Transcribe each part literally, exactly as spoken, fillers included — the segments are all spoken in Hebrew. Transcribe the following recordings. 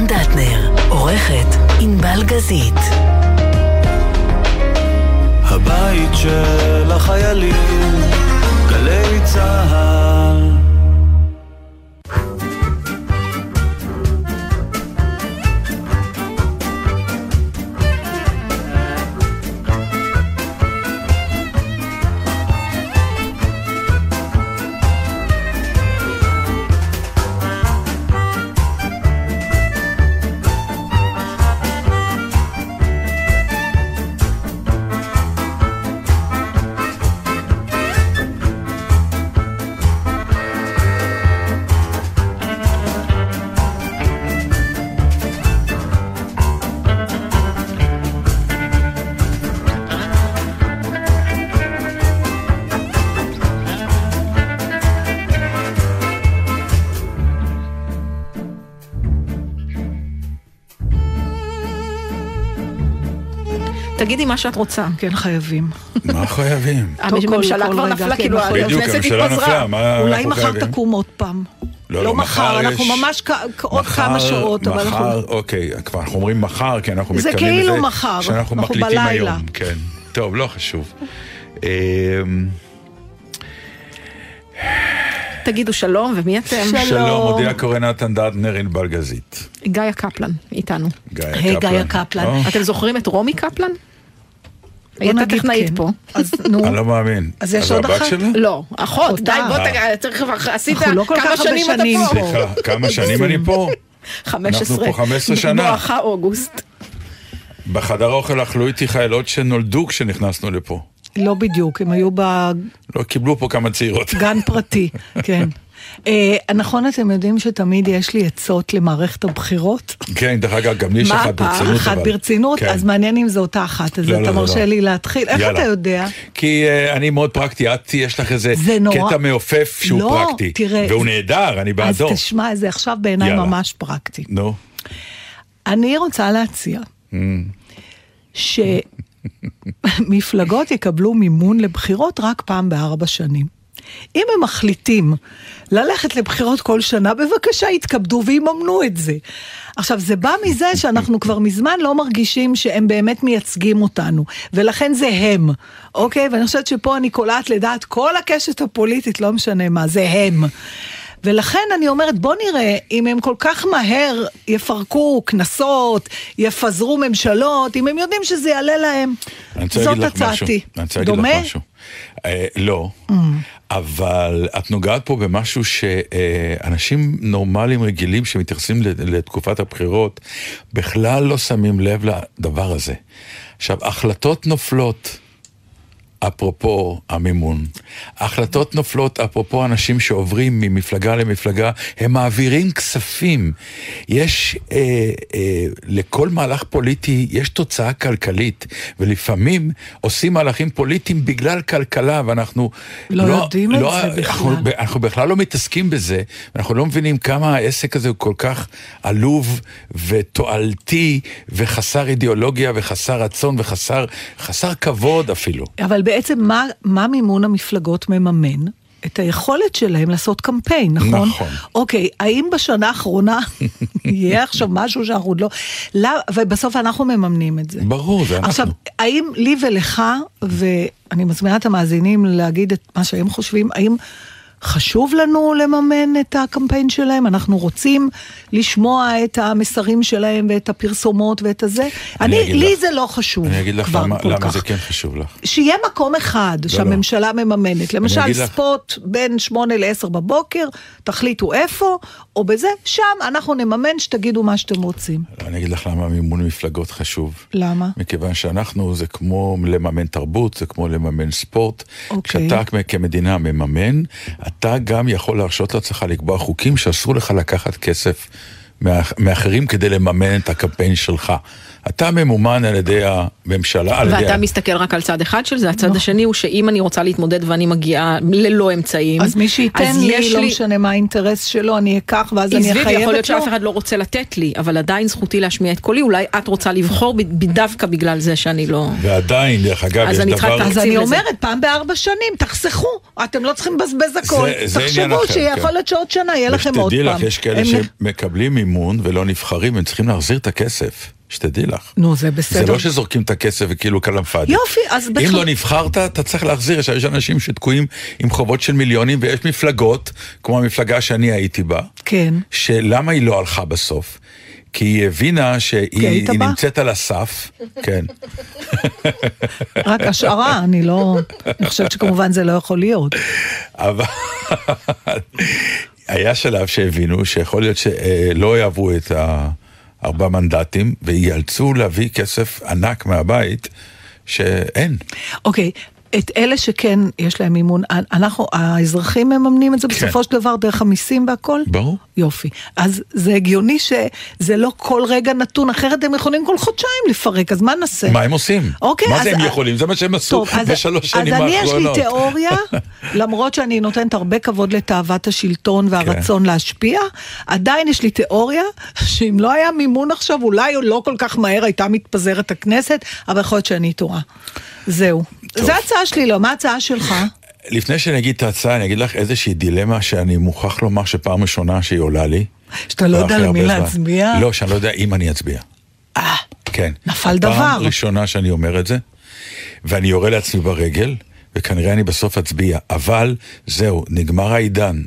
נתן דטנר, עורכת ענבל גזית. הבית של החיילים, גלי צהל. תגידי מה שאת רוצה. כן, חייבים. מה חייבים? הממשלה כבר נפלה, כאילו הכנסת התפזרה. אולי מחר תקום עוד פעם. לא מחר, אנחנו ממש עוד כמה שעות. מחר, אוקיי, כבר אנחנו אומרים מחר, כי אנחנו מתכוונים לזה. זה כאילו מחר, שאנחנו מקליטים היום. כן, טוב, לא חשוב. תגידו שלום, ומי אתם? שלום, מודיע קורא נתן דטנר, ענבל גזית. גיא קפלן, איתנו. היי, גיא קפלן. אתם זוכרים את רומי קפלן? הייתה טכנאית פה. אני לא מאמין. אז יש עוד אחת? לא, אחות, די, בוא תגיד, עשית כמה שנים אתה פה. סליחה, כמה שנים אני פה? חמש עשרה. אנחנו פה חמש עשרה שנה. בואכה אוגוסט. בחדר האוכל אכלו איתי חיילות שנולדו כשנכנסנו לפה. לא בדיוק, הם היו ב... לא, קיבלו פה כמה צעירות. גן פרטי, כן. נכון, אתם יודעים שתמיד יש לי עצות למערכת הבחירות? כן, דרך אגב, גם לי יש אחת ברצינות. מה, אחת ברצינות? אז מעניין אם זו אותה אחת, אז אתה מרשה לי להתחיל. איך אתה יודע? כי אני מאוד פרקטי, את יש לך איזה קטע מעופף שהוא פרקטי. והוא נהדר, אני בעדו. אז תשמע, זה עכשיו בעיניי ממש פרקטי. נו. אני רוצה להציע ש... מפלגות יקבלו מימון לבחירות רק פעם בארבע שנים. אם הם מחליטים ללכת לבחירות כל שנה, בבקשה יתכבדו ויממנו את זה. עכשיו, זה בא מזה שאנחנו כבר מזמן לא מרגישים שהם באמת מייצגים אותנו, ולכן זה הם, אוקיי? ואני חושבת שפה אני קולעת לדעת כל הקשת הפוליטית, לא משנה מה, זה הם. ולכן אני אומרת, בוא נראה, אם הם כל כך מהר יפרקו כנסות, יפזרו ממשלות, אם הם יודעים שזה יעלה להם, זאת הצעתי. אני רוצה להגיד לך משהו. לא, אבל את נוגעת פה במשהו שאנשים נורמליים רגילים שמתייחסים לתקופת הבחירות, בכלל לא שמים לב לדבר הזה. עכשיו, החלטות נופלות, אפרופו המימון. ההחלטות נופלות, אפרופו אנשים שעוברים ממפלגה למפלגה, הם מעבירים כספים. יש, אה, אה, לכל מהלך פוליטי, יש תוצאה כלכלית, ולפעמים עושים מהלכים פוליטיים בגלל כלכלה, ואנחנו לא, לא יודעים לא, את זה אנחנו, בכלל. אנחנו בכלל לא מתעסקים בזה, אנחנו לא מבינים כמה העסק הזה הוא כל כך עלוב ותועלתי, וחסר אידיאולוגיה, וחסר רצון, וחסר חסר כבוד אפילו. אבל בעצם מה, מה מימון המפלגות מממן? את היכולת שלהם לעשות קמפיין, נכון? נכון. אוקיי, האם בשנה האחרונה יהיה עכשיו משהו שאנחנו עוד לא... לא, ובסוף אנחנו מממנים את זה. ברור, זה אנחנו. עכשיו, האם לי ולך, ואני מזמינה את המאזינים להגיד את מה שהם חושבים, האם חשוב לנו לממן את הקמפיין שלהם? אנחנו רוצים לשמוע את המסרים שלהם ואת הפרסומות ואת הזה? אני, אני לי לך, זה לא חשוב. אני אגיד לך למה, למה זה כן חשוב לך. שיהיה מקום אחד לא, שהממשלה לא. מממנת. למשל ספוט לך... בין שמונה לעשר בבוקר, תחליטו איפה, או בזה, שם אנחנו נממן שתגידו מה שאתם רוצים. אני אגיד לך למה מימון מפלגות חשוב. למה? מכיוון שאנחנו, זה כמו לממן תרבות, זה כמו לממן ספורט. אוקיי. כשאתה כמדינה מממן, אתה גם יכול להרשות לעצמך לקבוע חוקים שאסור לך לקחת כסף מאחרים כדי לממן את הקמפיין שלך. אתה ממומן על ידי הממשלה. ואתה מסתכל רק על צד אחד של זה, הצד השני הוא שאם אני רוצה להתמודד ואני מגיעה ללא אמצעים, אז מי שייתן לי, לא משנה מה האינטרס שלו, אני אקח ואז אני אחייבת לו. יכול להיות שאף אחד לא רוצה לתת לי, אבל עדיין זכותי להשמיע את קולי, אולי את רוצה לבחור דווקא בגלל זה שאני לא... ועדיין, דרך אגב, יש דבר... אז אני אומרת, פעם בארבע שנים, תחסכו, אתם לא צריכים לבזבז הכל, תחשבו שיכול להיות שעוד שנה יהיה לכם עוד פעם. יש כאלה שמקבלים מימון ולא נבחרים, הם צריכים להחזיר את הכסף. שתדעי לך. נו, זה בסדר. זה לא שזורקים את הכסף וכאילו כלם פאדי. יופי, אז בכלל... אם לא נבחרת, אתה צריך להחזיר. יש אנשים שתקועים עם חובות של מיליונים, ויש מפלגות, כמו המפלגה שאני הייתי בה, כן. שלמה היא לא הלכה בסוף? כי היא הבינה שהיא נמצאת על הסף. כן. רק השערה, אני לא... אני חושבת שכמובן זה לא יכול להיות. אבל... היה שלב שהבינו שיכול להיות שלא יעברו את ה... ארבע מנדטים, ויאלצו להביא כסף ענק מהבית, שאין. אוקיי, את אלה שכן יש להם מימון, אנחנו, האזרחים מממנים את זה בסופו של דבר דרך המיסים והכל? ברור. יופי. אז זה הגיוני שזה לא כל רגע נתון, אחרת הם יכולים כל חודשיים לפרק, אז מה נעשה? מה הם עושים? אוקיי, מה אז, זה הם יכולים? זה מה שהם עשו בשלוש שנים האחרונות. אז אני יש לי תיאוריה, למרות שאני נותנת הרבה כבוד לתאוות השלטון והרצון להשפיע, עדיין יש לי תיאוריה, שאם לא היה מימון עכשיו, אולי לא כל כך מהר הייתה מתפזרת הכנסת, אבל יכול להיות שאני טועה. זהו. זה ההצעה שלי, לא? מה ההצעה שלך? לפני שאני אגיד את ההצעה, אני אגיד לך איזושהי דילמה שאני מוכרח לומר שפעם ראשונה שהיא עולה לי. שאתה לא יודע למי להצביע? לא, שאני לא יודע אם אני אצביע. אה, כן. נפל דבר. פעם ראשונה שאני אומר את זה, ואני יורה לעצמי ברגל, וכנראה אני בסוף אצביע, אבל זהו, נגמר העידן.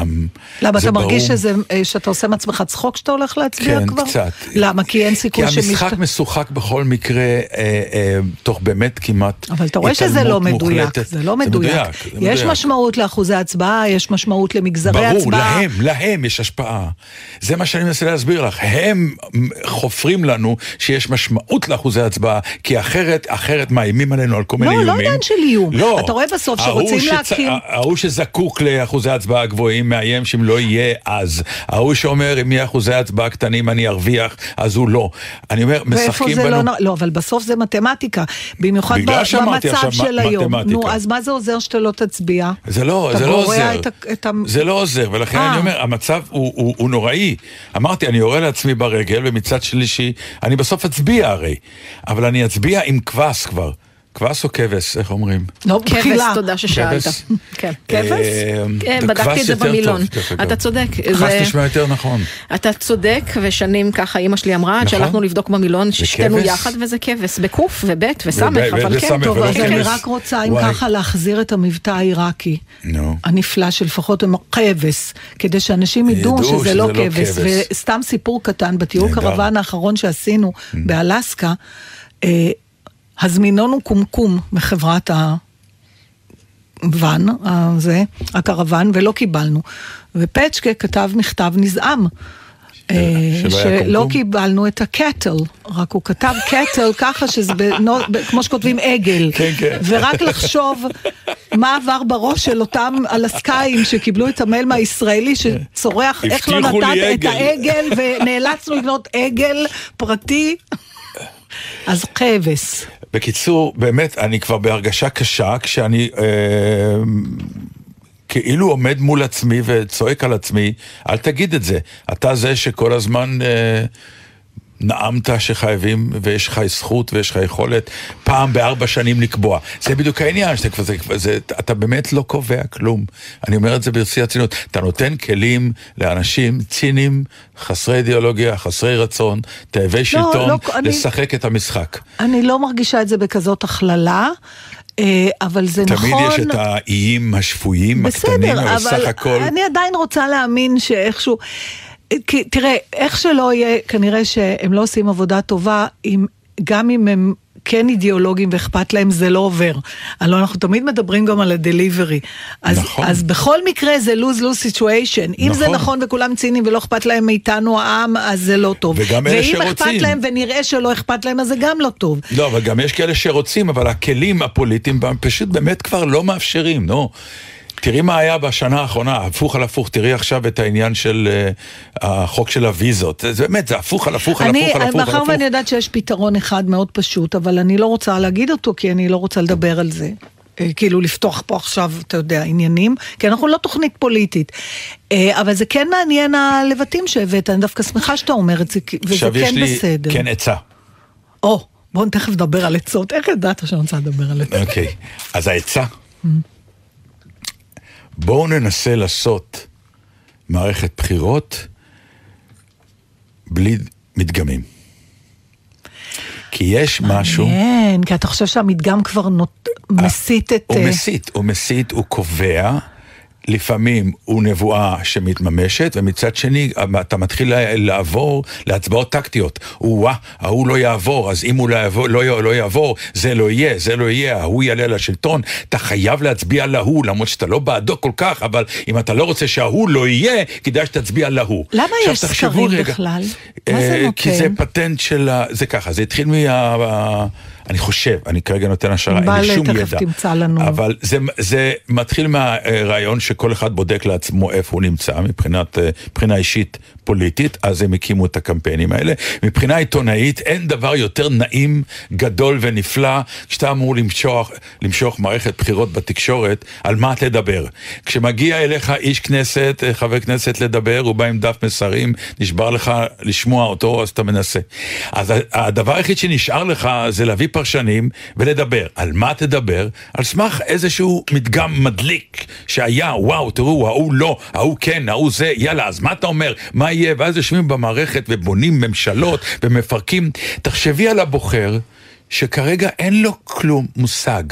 למה, אתה מרגיש שזה, שאתה עושה מעצמך צחוק שאתה הולך להצביע כבר? כן, קצת. למה? כי אין סיכוי שמשחק... כי המשחק משוחק בכל מקרה, אה, אה, תוך באמת כמעט... אבל אתה רואה שזה לא מדויק, זה לא מדויק. יש משמעות לאחוזי הצבעה, יש משמעות למגזרי הצבעה. ברור, להם, להם יש השפעה. זה מה שאני מנסה להסביר לך. הם חופרים לנו שיש משמעות לאחוזי הצבעה, כי אחרת, אחרת מאיימים עלינו על כל מיני איומים. לא, לא עניין של איום. אתה רואה בסוף שרוצים להקים... ההוא שזקוק לאחוזי הצבעה גבוהים מאיים שאם לא יהיה אז. ההוא שאומר אם יהיה אחוזי הצבעה קטנים אני ארוויח, אז הוא לא. אני אומר, משחקים בנו... לא, אבל בסוף זה מתמטיקה. במיוחד במצב של היום. נו, אז מה זה עוזר שאתה לא תצביע? זה לא, זה לא עוזר. זה לא עוזר, ולכן אני אומר, המצב הוא נוראי. אמרתי, אני יורה לעצמי ברגל, ומצד שלישי, אני בסוף אצביע הרי. אבל אני אצביע עם כבש כבר. כבש או כבש, איך אומרים? לא, כבש, תודה ששאלת. כבש? בדקתי את זה במילון. אתה צודק. כבש נשמע יותר נכון. אתה צודק, ושנים ככה אמא שלי אמרה, שהלכנו לבדוק במילון, ששתנו יחד, וזה כבש, בקוף ובית וסמך, אבל כן. טוב, אז אני רק רוצה אם ככה להחזיר את המבטא העיראקי, הנפלא שלפחות הם כבש, כדי שאנשים ידעו שזה לא כבש, וסתם סיפור קטן, בטיול קרוון האחרון שעשינו באלסקה, הזמינון קומקום מחברת הוואן, הזה, הקרוון, ולא קיבלנו. ופצ'קה כתב מכתב נזעם, שלא קיבלנו את הקטל, רק הוא כתב קטל ככה שזה כמו שכותבים עגל, ורק לחשוב מה עבר בראש של אותם אלסקאים שקיבלו את המייל מהישראלי שצורח איך לא נתת את העגל, ונאלצנו לבנות עגל פרטי. אז כבש. בקיצור, באמת, אני כבר בהרגשה קשה, כשאני אה, כאילו עומד מול עצמי וצועק על עצמי, אל תגיד את זה. אתה זה שכל הזמן אה, נעמת שחייבים, ויש לך זכות ויש לך יכולת פעם בארבע שנים לקבוע. זה בדיוק העניין, שאתה, כבר, זה, זה, אתה באמת לא קובע כלום. אני אומר את זה ברצי הצינות. אתה נותן כלים לאנשים ציניים, חסרי אידיאולוגיה, חסרי רצון, תאבי שלטון, לא, לא, לשחק אני, את המשחק. אני לא מרגישה את זה בכזאת הכללה, אבל זה תמיד נכון... תמיד יש את האיים השפויים, בסדר, הקטנים, אבל סך הכל... אני עדיין רוצה להאמין שאיכשהו... כי, תראה, איך שלא יהיה, כנראה שהם לא עושים עבודה טובה, אם, גם אם הם כן אידיאולוגים ואכפת להם, זה לא עובר. הלוא אנחנו תמיד מדברים גם על הדליברי. אז, נכון. אז בכל מקרה זה lose-lose situation. נכון. אם זה נכון וכולם ציניים ולא אכפת להם מאיתנו העם, אז זה לא טוב. וגם אלה שרוצים. ואם אכפת להם ונראה שלא אכפת להם, אז זה גם לא טוב. לא, אבל גם יש כאלה שרוצים, אבל הכלים הפוליטיים פשוט באמת כבר לא מאפשרים, נו. תראי מה היה בשנה האחרונה, הפוך על הפוך, תראי עכשיו את העניין של uh, החוק של הוויזות, זה באמת, זה הפוך על הפוך על אני, הפוך על הפוך. מאחר ואני יודעת שיש פתרון אחד מאוד פשוט, אבל אני לא רוצה להגיד אותו, כי אני לא רוצה לדבר על זה. כאילו לפתוח פה עכשיו, אתה יודע, עניינים, כי אנחנו לא תוכנית פוליטית. אבל זה כן מעניין הלבטים שהבאת, אני דווקא שמחה שאתה אומר את זה, וזה כן בסדר. עכשיו יש לי כן עצה. או, בואו תכף נדבר על עצות, איך ידעת שאני רוצה לדבר על עצות? אוקיי, אז העצה... בואו ננסה לעשות מערכת בחירות בלי מדגמים. כי יש משהו... מעניין, כי אתה חושב שהמדגם כבר מסית את... הוא מסית, הוא מסית, הוא קובע... לפעמים הוא נבואה שמתממשת, ומצד שני אתה מתחיל לעבור להצבעות טקטיות. הוא וואה, ההוא לא יעבור, אז אם הוא לא יעבור, לא, לא יעבור, זה לא יהיה, זה לא יהיה, ההוא יעלה לשלטון, אתה חייב להצביע להוא, למרות שאתה לא בעדו כל כך, אבל אם אתה לא רוצה שההוא לא יהיה, כדאי שתצביע להוא. למה יש סקרים בכלל? מה זה נותן? כי זה פטנט של... זה ככה, זה התחיל מה... אני חושב, אני כרגע נותן השערה, אין לי שום ידע. אבל זה, זה מתחיל מהרעיון שכל אחד בודק לעצמו איפה הוא נמצא, מבחינת, מבחינה אישית פוליטית, אז הם הקימו את הקמפיינים האלה. מבחינה עיתונאית, אין דבר יותר נעים, גדול ונפלא, כשאתה אמור למשוך, למשוך מערכת בחירות בתקשורת, על מה תדבר. כשמגיע אליך איש כנסת, חבר כנסת לדבר, הוא בא עם דף מסרים, נשבר לך לשמוע אותו, אז אתה מנסה. אז הדבר היחיד שנשאר לך, זה להביא פרשנים ולדבר. על מה תדבר? על סמך איזשהו מדגם מדליק שהיה, וואו, תראו, ההוא לא, ההוא כן, ההוא זה, יאללה, אז מה אתה אומר? מה יהיה? ואז יושבים במערכת ובונים ממשלות ומפרקים. תחשבי על הבוחר שכרגע אין לו כלום מושג.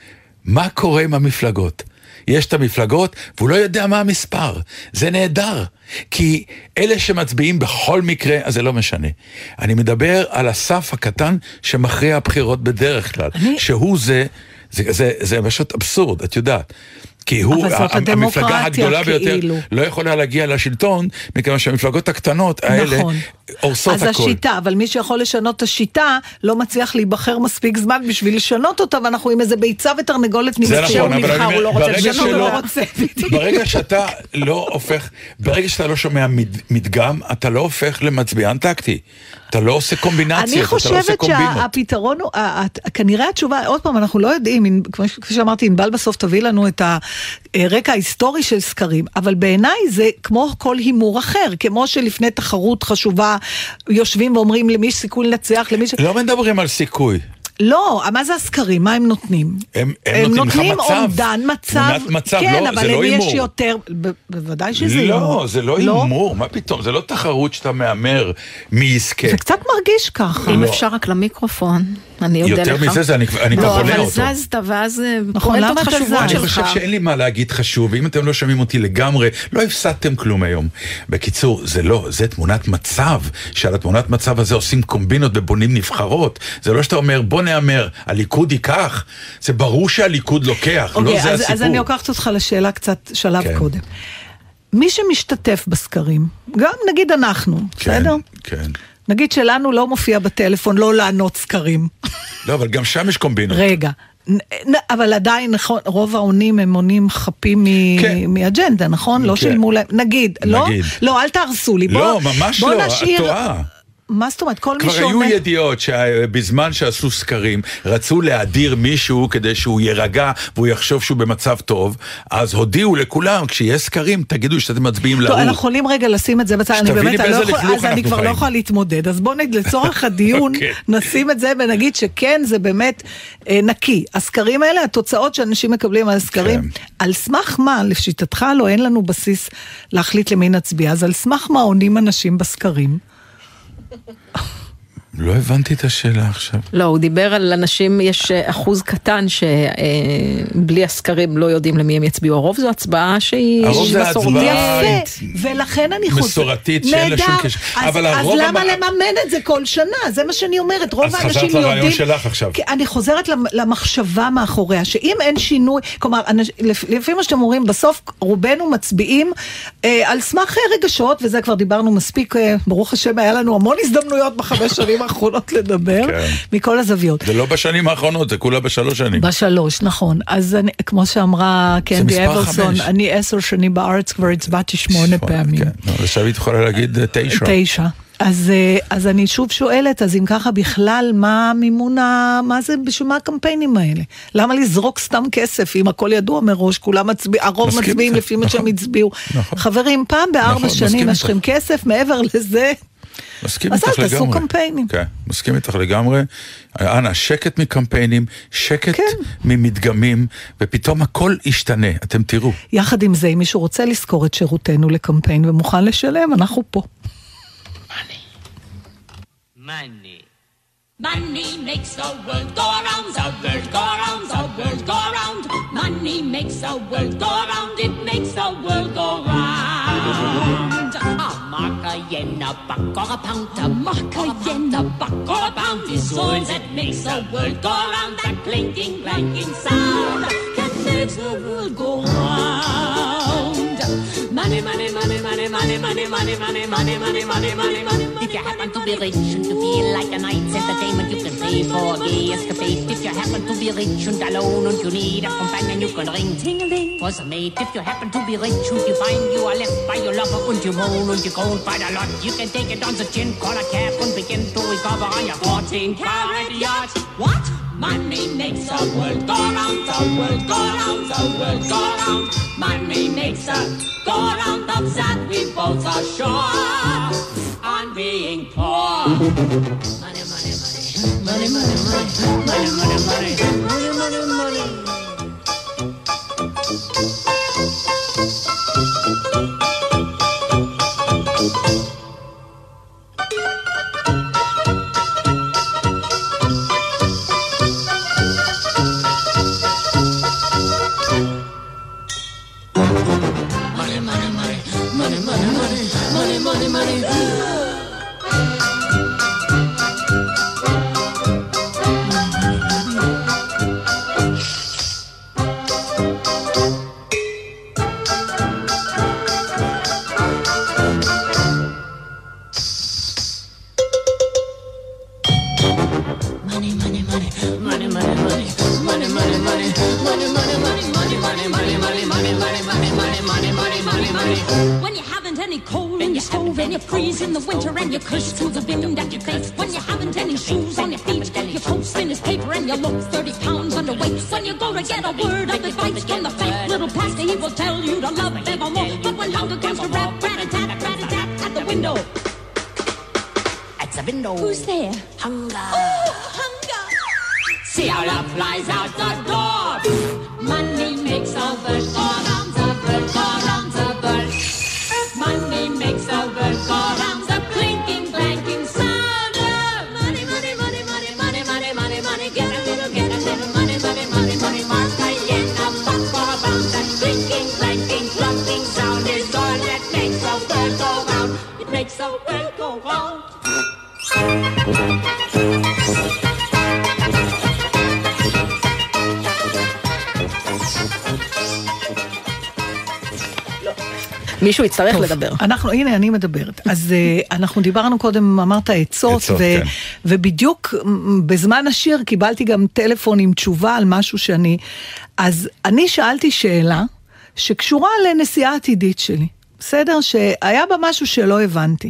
מה קורה עם המפלגות? יש את המפלגות והוא לא יודע מה המספר. זה נהדר. כי אלה שמצביעים בכל מקרה, אז זה לא משנה. אני מדבר על הסף הקטן שמכריע הבחירות בדרך כלל. אני... שהוא זה, זה, זה, זה פשוט אבסורד, את יודעת. כי הוא, המפלגה הגדולה ביותר, לא יכולה להגיע לשלטון, מכיוון שהמפלגות הקטנות האלה הורסות הכל. אז השיטה, אבל מי שיכול לשנות את השיטה, לא מצליח להיבחר מספיק זמן בשביל לשנות אותה, ואנחנו עם איזה ביצה ותרנגולת נמצא שהוא נבחר, הוא לא רוצה לשנות, הוא לא רוצה. ברגע שאתה לא הופך, ברגע שאתה לא שומע מדגם, אתה לא הופך למצביען טקטי. אתה לא עושה קומבינציות, אתה לא עושה קומבינות. אני חושבת שהפתרון הוא, כנראה התשובה, עוד פעם, אנחנו לא יודעים, כפי שאמרתי, אינבל בסוף תביא לנו את הרקע ההיסטורי של סקרים, אבל בעיניי זה כמו כל הימור אחר, כמו שלפני תחרות חשובה, יושבים ואומרים למי יש סיכוי לנצח, למי ש... לא מדברים על סיכוי. לא, מה זה הסקרים? מה הם נותנים? הם, הם, הם נותנים לך מצב. הם נותנים אומדן מצב. מצב, כן, לא, אבל זה לא אם אימור. יש יותר, ב- בוודאי שזה לא, אימור. לא, זה לא אימור, מה פתאום? זה לא תחרות שאתה מאמר מי יזכה. זה קצת מרגיש ככה. אם אפשר רק למיקרופון, אני יודע לך. יותר מזה זה, אני, אני כבר בונה אותו. אבל זזת, ואז נכון, למה אתה זז? אני חושב שאין לי מה להגיד חשוב, ואם אתם לא שומעים אותי לגמרי, לא הפסדתם כלום היום. בקיצור, זה לא, זה תמונת מצב, שעל התמונת מצב הזה עושים קומבינות ובונים נבחרות. זה לא שאתה אומר, בוא נאמר, הליכוד ייקח, זה ברור שהליכוד לוקח, okay, לא זה אז, הסיפור. אז אני לוקחת אותך לשאלה קצת שלב כן. קודם. מי שמשתתף בסקרים, גם נגיד אנחנו, כן, בסדר? כן. נגיד שלנו לא מופיע בטלפון, לא לענות סקרים. לא, אבל גם שם יש קומבינות. רגע, אבל עדיין, נכון, רוב העונים הם עונים חפים כן. מאג'נדה, נכון? כן. לא שילמו להם, נגיד, נגיד. לא? לא, אל תהרסו לי. בוא, לא, ממש בוא לא, נשאיר... את טועה. מה זאת אומרת? כל מי כבר שעונה... היו ידיעות שבזמן שעשו סקרים רצו להדיר מישהו כדי שהוא ירגע והוא יחשוב שהוא במצב טוב, אז הודיעו לכולם, כשיש סקרים תגידו שאתם מצביעים להוא. טוב, אנחנו יכולים רגע לשים את זה בצד, אני באמת, אני לא יכול, אז אני כבר לא יכולה להתמודד, אז בואו נגיד לצורך הדיון נשים את זה ונגיד שכן, זה באמת אה, נקי. הסקרים האלה, התוצאות שאנשים מקבלים על הסקרים, כן. על סמך מה, לשיטתך לא, אין לנו בסיס להחליט למי נצביע, אז על סמך מה עונים אנשים בסקרים? לא הבנתי את השאלה עכשיו. לא, הוא דיבר על אנשים, יש אחוז קטן שבלי הסקרים לא יודעים למי הם יצביעו. הרוב זו הצבעה שהיא מסורתית. יפה, ולכן אני חוזר. מסורתית שאין לה שום קשר. אז למה לממן את זה כל שנה? זה מה שאני אומרת. רוב האנשים יודעים... אז חזרת לרעיון שלך עכשיו. אני חוזרת למחשבה מאחוריה, שאם אין שינוי, כלומר, לפי מה שאתם אומרים, בסוף רובנו מצביעים על סמך רגשות, וזה כבר דיברנו מספיק, ברוך השם, היה לנו המון הזדמנויות בחמש שנים האחרונות לדבר, כן. מכל הזוויות. זה לא בשנים האחרונות, זה כולה בשלוש שנים. בשלוש, נכון. אז אני, כמו שאמרה קנדי אברסון, אני עשר שנים בארץ כבר הצבעתי שמונה פעמים. כן. לא, עכשיו היא יכולה להגיד תשע. תשע. אז, אז אני שוב שואלת, אז אם ככה בכלל, מה מימון, מה זה, בשביל מה הקמפיינים האלה? למה לזרוק סתם כסף, אם הכל ידוע מראש, כולם מצביע, הרוב מצביעים לפי מה שהם הצביעו. נכון. חברים, פעם בארבע נכון, שנים יש לכם כסף, מעבר לזה... מסכים איתך לגמרי. אז אל תעשו קמפיינים. כן, מסכים איתך לגמרי. אנא, שקט מקמפיינים, שקט כן. ממדגמים, ופתאום הכל ישתנה, אתם תראו. יחד עם זה, אם מישהו רוצה לזכור את שירותנו לקמפיין ומוכן לשלם, אנחנו פה. Money. Money makes the world go around, the world go around, the world go around. Money makes the world go around, it makes the world go round. A mark, a yen, a buck, or a pound, a mark, a yen, a buck, or a pound is all that makes the world go around. That clinking, clanking sound that makes the world go round. Money, money, money, money, money, money, money, money, money, money, money, money, money. If you happen to be rich and to feel like a night's entertainment, you can pay for a gay escapade. If you happen to be rich and alone and you need a companion, you can ring ting-a-ling for some mate. If you happen to be rich and you find you are left by your lover and you moan and you don't find a lot, you can take it on the chin, call a cab and begin to recover on your fourteen carat yacht. What? Money makes the world go round, the world go round, the world go round. Money makes the go round of that we both are sure on being poor. Money, money, money, money, money, money, money, money, money, money, money, money. Who's there? Hunger. Oh, hunger! See how love flies out the door. Money makes the world go round, the world go round, the world. Money makes the world go round, the clinking, clanking sound of money, money, money, money, money, money, money, money. Get a little, get a little money, money, money, money. Mark a yen, a buck for a pound. That clinking, clanking, clunking sound is all that makes the world go round. It makes the world go round. מישהו יצטרך לדבר. אנחנו, הנה, אני מדברת. אז אנחנו דיברנו קודם, אמרת עצות, ובדיוק בזמן השיר קיבלתי גם טלפון עם תשובה על משהו שאני, אז אני שאלתי שאלה שקשורה לנסיעה עתידית שלי. בסדר? שהיה בה משהו שלא הבנתי.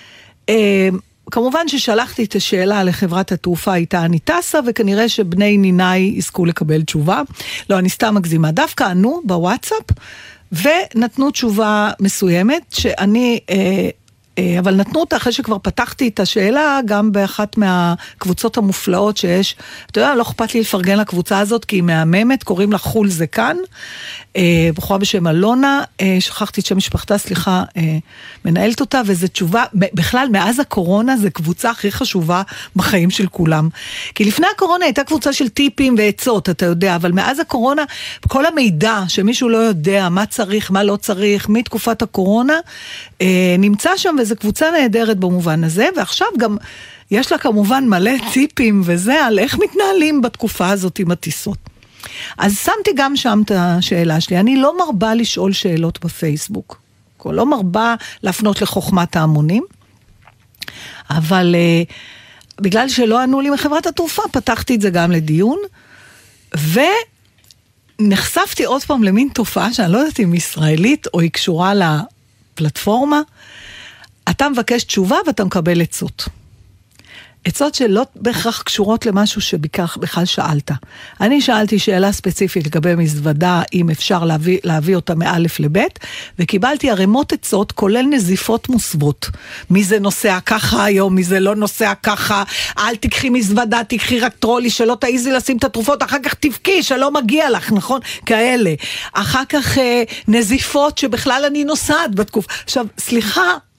כמובן ששלחתי את השאלה לחברת התעופה איתה אני טסה, וכנראה שבני ניניי יזכו לקבל תשובה. לא, אני סתם מגזימה. דווקא ענו בוואטסאפ, ונתנו תשובה מסוימת, שאני, אה, אה, אבל נתנו אותה אחרי שכבר פתחתי את השאלה, גם באחת מהקבוצות המופלאות שיש, אתה יודע, לא אכפת לי לפרגן לקבוצה הזאת, כי היא מהממת, קוראים לה חול זה כאן, אה, בחורה בשם אלונה, אה, שכחתי את שם משפחתה, סליחה, אה, מנהלת אותה, וזו תשובה, בכלל מאז הקורונה, זו קבוצה הכי חשובה בחיים של כולם. כי לפני הקורונה הייתה קבוצה של טיפים ועצות, אתה יודע, אבל מאז הקורונה, כל המידע שמישהו לא יודע מה צריך, מה לא צריך, מתקופת הקורונה, אה, נמצא שם, וזו קבוצה נהדרת במובן הזה, ועכשיו גם יש לה כמובן מלא טיפים וזה, על איך מתנהלים בתקופה הזאת עם הטיסות. אז שמתי גם שם את השאלה שלי, אני לא מרבה לשאול שאלות בפייסבוק, לא מרבה להפנות לחוכמת ההמונים, אבל uh, בגלל שלא ענו לי מחברת התעופה, פתחתי את זה גם לדיון, ונחשפתי עוד פעם למין תופעה, שאני לא יודעת אם ישראלית, או היא קשורה לפלטפורמה, אתה מבקש תשובה ואתה מקבל עצות. עצות שלא בהכרח קשורות למשהו שבכלל שאלת. אני שאלתי שאלה ספציפית לגבי מזוודה, אם אפשר להביא, להביא אותה מאלף לבית, וקיבלתי הרמות עצות, כולל נזיפות מוסוות. מי זה נוסע ככה היום, מי זה לא נוסע ככה, אל תקחי מזוודה, תקחי רק טרולי, שלא תעיזי לשים את התרופות, אחר כך תבכי, שלא מגיע לך, נכון? כאלה. אחר כך נזיפות שבכלל אני נוסעת בתקופה. עכשיו, סליחה,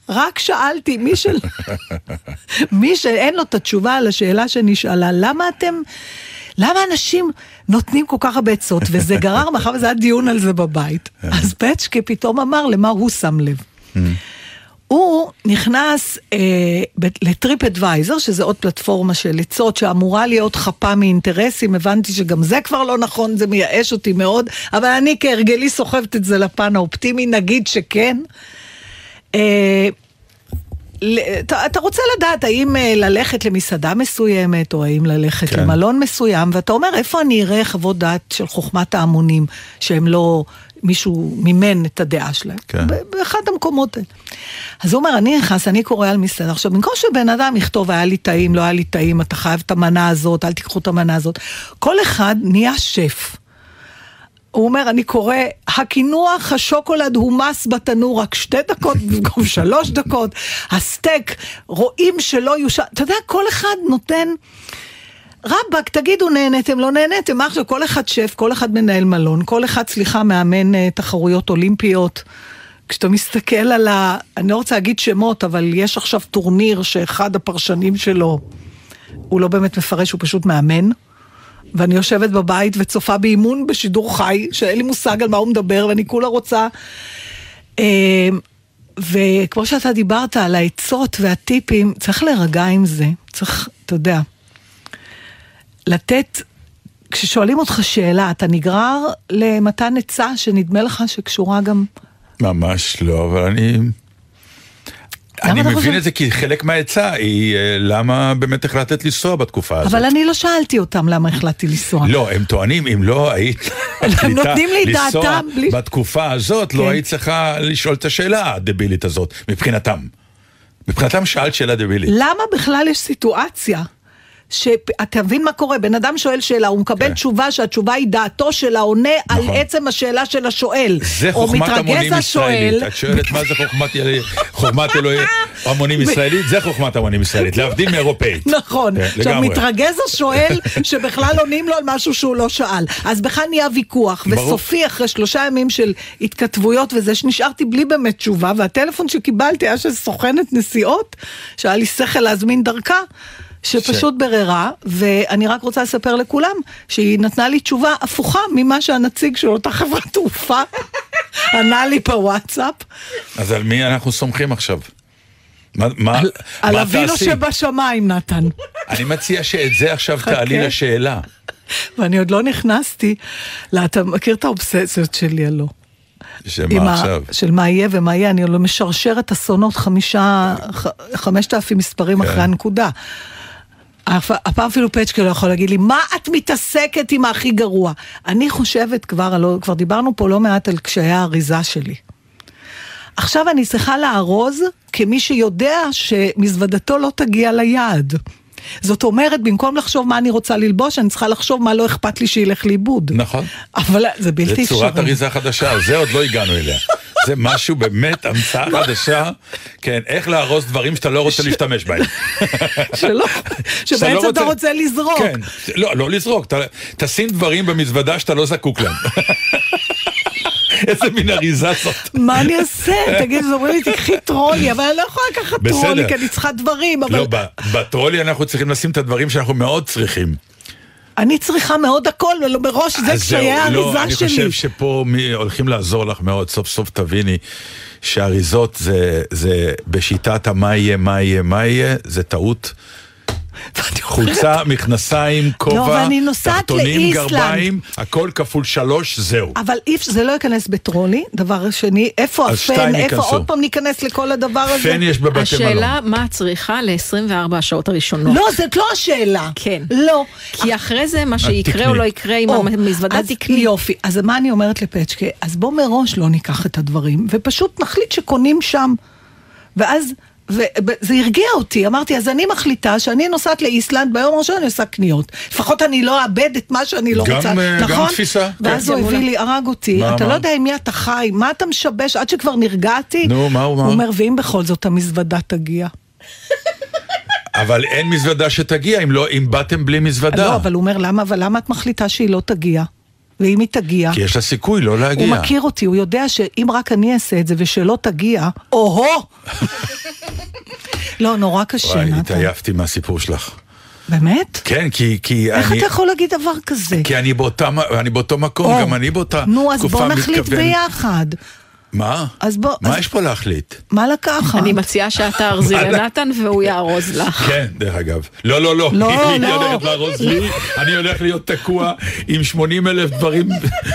רק שאלתי, מי, של... מי שאין לו את התשובה על השאלה שנשאלה, למה אתם, למה אנשים נותנים כל כך הרבה עצות, וזה גרר, מאחר וזה היה דיון על זה בבית. אז פצ'קה פתאום אמר למה הוא שם לב. הוא נכנס אה, לטריפ אדוויזר, שזה עוד פלטפורמה של עצות, שאמורה להיות חפה מאינטרסים, הבנתי שגם זה כבר לא נכון, זה מייאש אותי מאוד, אבל אני כהרגלי סוחבת את זה לפן האופטימי, נגיד שכן. אה, אתה, אתה רוצה לדעת האם ללכת למסעדה מסוימת, או האם ללכת כן. למלון מסוים, ואתה אומר, איפה אני אראה חוות דעת של חוכמת ההמונים, שהם לא... מישהו מימן את הדעה שלהם, כן. באחד המקומות האלה. אז הוא אומר, אני נכנס, אני קורא על מסעדה. עכשיו, במקום שבן אדם יכתוב, היה לי טעים, לא היה לי טעים, אתה חייב את המנה הזאת, אל תיקחו את המנה הזאת. כל אחד נהיה שף. הוא אומר, אני קורא, הכינוח, השוקולד הוא מס בתנור, רק שתי דקות, במקום שלוש דקות. הסטייק, רואים שלא יושע. אתה יודע, כל אחד נותן... רבק, תגידו, נהנתם, לא נהנתם, מה עכשיו, כל אחד שף, כל אחד מנהל מלון, כל אחד, סליחה, מאמן תחרויות אולימפיות, כשאתה מסתכל על ה... אני לא רוצה להגיד שמות, אבל יש עכשיו טורניר שאחד הפרשנים שלו, הוא לא באמת מפרש, הוא פשוט מאמן, ואני יושבת בבית וצופה באימון בשידור חי, שאין לי מושג על מה הוא מדבר, ואני כולה רוצה... וכמו שאתה דיברת על העצות והטיפים, צריך להירגע עם זה, צריך, אתה יודע... לתת, כששואלים אותך שאלה, אתה נגרר למתן עצה שנדמה לך שקשורה גם... ממש לא, אבל אני... אני מבין חושב... את זה כי חלק מהעצה היא למה באמת החלטת לנסוע בתקופה הזאת. אבל אני לא שאלתי אותם למה החלטתי לנסוע. לא, הם טוענים, אם לא היית מחליטה לנסוע בלי... בתקופה הזאת, כן. לא היית צריכה לשאול את השאלה הדבילית הזאת, מבחינתם. מבחינתם שאלת שאלה דבילית. למה בכלל יש סיטואציה? שאתה מבין מה קורה, בן אדם שואל שאלה, הוא מקבל okay. תשובה שהתשובה היא דעתו של העונה נכון. על עצם השאלה של השואל. זה חוכמת המונים ישראלית. את שואלת מה זה חוכמת, חוכמת אלוהי המונים ישראלית? זה חוכמת המונים ישראלית, להבדיל מאירופאית. נכון. Okay, עכשיו מתרגז השואל שבכלל עונים לו על משהו שהוא לא שאל. אז בכלל נהיה ויכוח, ברור. וסופי אחרי שלושה ימים של התכתבויות וזה שנשארתי בלי באמת תשובה, והטלפון שקיבלתי היה של סוכנת נסיעות, שהיה לי שכל להזמין דרכה, שפשוט בררה, ואני רק רוצה לספר לכולם, שהיא נתנה לי תשובה הפוכה ממה שהנציג של אותה חברת תעופה ענה לי בוואטסאפ. אז על מי אנחנו סומכים עכשיו? מה, מה, על, מה על אבינו שבשמיים, נתן. אני מציע שאת זה עכשיו תעלי לשאלה. ואני עוד לא נכנסתי, לה, אתה מכיר את האובססיות שלי, הלא? שמה עכשיו? של מה יהיה ומה יהיה, אני לא משרשרת אסונות חמישה, חמשת אלפים מספרים אחרי הנקודה. הפעם אפילו פצ'קה לא יכול להגיד לי, מה את מתעסקת עם הכי גרוע? אני חושבת כבר, כבר דיברנו פה לא מעט על קשיי האריזה שלי. עכשיו אני צריכה לארוז כמי שיודע שמזוודתו לא תגיע ליעד. זאת אומרת, במקום לחשוב מה אני רוצה ללבוש, אני צריכה לחשוב מה לא אכפת לי שילך לאיבוד. נכון. אבל זה בלתי אפשרי. זה צורת אריזה חדשה, זה עוד לא הגענו אליה. זה משהו באמת, המצאה חדשה, כן, איך לארוז דברים שאתה לא רוצה להשתמש בהם. שלא, שבעצם אתה רוצה לזרוק. כן, לא, לא לזרוק, תשים דברים במזוודה שאתה לא זקוק להם. איזה מין אריזה זאת. מה אני אעשה? תגיד, זה אומרים לי, תקחי טרולי, אבל אני לא יכולה לקחת טרולי, כי אני צריכה דברים. לא, בטרולי אנחנו צריכים לשים את הדברים שאנחנו מאוד צריכים. אני צריכה מאוד הכל, ולא בראש זה קשיי האריזה שלי. לא, אני חושב שפה הולכים לעזור לך מאוד, סוף סוף תביני שהאריזות זה בשיטת מה יהיה, מה יהיה, מה יהיה, זה טעות. חולצה, מכנסיים, כובע, תחתונים, גרביים, הכל כפול שלוש, זהו. אבל זה לא ייכנס בטרולי, דבר שני, איפה הפן, איפה עוד פעם ניכנס לכל הדבר הזה? פן יש בבתי מלון. השאלה מה צריכה ל-עשרים וארבע השעות הראשונות. לא, זאת לא השאלה. כן. לא. כי אחרי זה מה שיקרה או לא יקרה עם המזוודה תקני. יופי, אז מה אני אומרת לפצ'קה? אז בוא מראש לא ניקח את הדברים, ופשוט נחליט שקונים שם, ואז... וזה הרגיע אותי, אמרתי, אז אני מחליטה שאני נוסעת לאיסלנד, ביום הראשון אני עושה קניות, לפחות אני לא אאבד את מה שאני לא רוצה, נכון? גם תפיסה. ואז הוא הביא לי, הרג אותי, אתה לא יודע עם מי אתה חי, מה אתה משבש, עד שכבר נרגעתי, נו, מה הוא מה? הוא אומר, ואם בכל זאת המזוודה תגיע. אבל אין מזוודה שתגיע, אם באתם בלי מזוודה. לא, אבל הוא אומר, למה, אבל למה את מחליטה שהיא לא תגיע? ואם היא תגיע... כי יש לה סיכוי לא להגיע. הוא מכיר אותי, הוא יודע שאם רק אני אעשה את זה ושלא תגיע, או-הו! לא, נורא קשה. וואי, התעייפתי מהסיפור שלך. באמת? כן, כי, כי איך אני... אתה יכול להגיד דבר כזה? כי אני, באותה, אני באותו מקום, גם אני באותה נו, אז תקופה בוא נחליט מתכוון... ביחד. מה? אז בוא... מה אז... יש פה להחליט? מה לקחת? אני מציעה שאתה ארזי לנתן והוא יארוז לך. כן, דרך אגב. לא, לא, לא. לא, היא לא. הולכת לארוז לי, אני הולך להיות תקוע עם שמונים אלף דברים...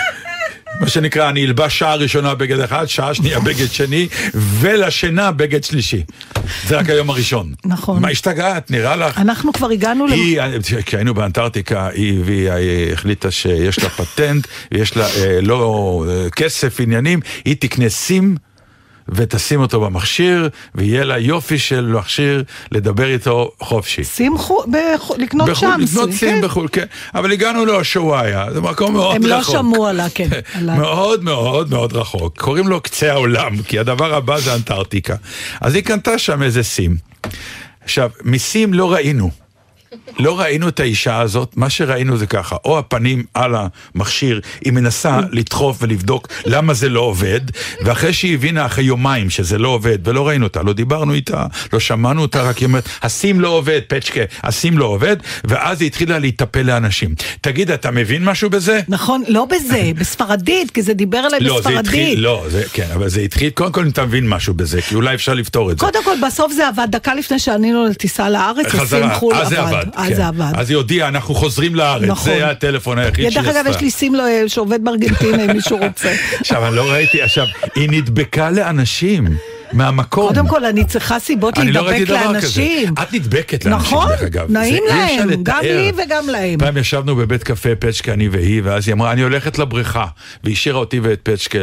מה שנקרא, אני אלבש שעה ראשונה בגד אחד, שעה שנייה בגד שני, ולשינה בגד שלישי. זה רק היום הראשון. נכון. מה השתגעת? נראה לך? אנחנו כבר הגענו... היא, כשהיינו באנטארקטיקה, היא, והיא החליטה שיש לה פטנט, ויש לה אה, לא אה, כסף, עניינים, היא תקנה סים, ותשים אותו במכשיר, ויהיה לה יופי של מכשיר לדבר איתו חופשי. סים חו... בח... לקנות בחול, שם. לקנות סים כן. בחול, כן. אבל הגענו לאושוויה, זה מקום מאוד הם רחוק. הם לא שמעו עלה, כן. עלה. מאוד מאוד מאוד רחוק. קוראים לו קצה העולם, כי הדבר הבא זה אנטארקטיקה. אז היא קנתה שם איזה סים. עכשיו, מסים לא ראינו. לא ראינו את האישה הזאת, מה שראינו זה ככה, או הפנים על המכשיר, היא מנסה לדחוף ולבדוק למה זה לא עובד, ואחרי שהיא הבינה אחרי יומיים שזה לא עובד, ולא ראינו אותה, לא דיברנו איתה, לא שמענו אותה, רק היא אומרת, הסים לא עובד, פצ'קה, הסים לא עובד, ואז היא התחילה להיטפל לאנשים. תגיד, אתה מבין משהו בזה? נכון, לא בזה, בספרדית, כי זה דיבר עליי לא, בספרדית. זה התחיל, לא, זה, כן, אבל זה התחיל, קודם כל אם אתה מבין משהו בזה, כי אולי אפשר לפתור את זה. קודם כל, בסוף זה עבד, דקה לפני שענינו לטיסה לארץ, חזרה, אז זה עבד, אז כן. זה עבד. אז היא הודיעה, אנחנו חוזרים לארץ, נכון. זה היה הטלפון היחיד שהיא עשתה. דרך אגב, יש לי סים שעובד בארגנטינה, אם מישהו רוצה. עכשיו, אני לא ראיתי, עכשיו, היא נדבקה לאנשים. מהמקום. קודם כל, אני צריכה סיבות להידבק לאנשים. את נדבקת לאנשים, נכון, דרך אגב. נעים להם, גם לי וגם להם. פעם ישבנו בבית קפה פצ'קה, אני והיא, ואז היא אמרה, אני הולכת לבריכה, והשאירה אותי ואת פצ'קה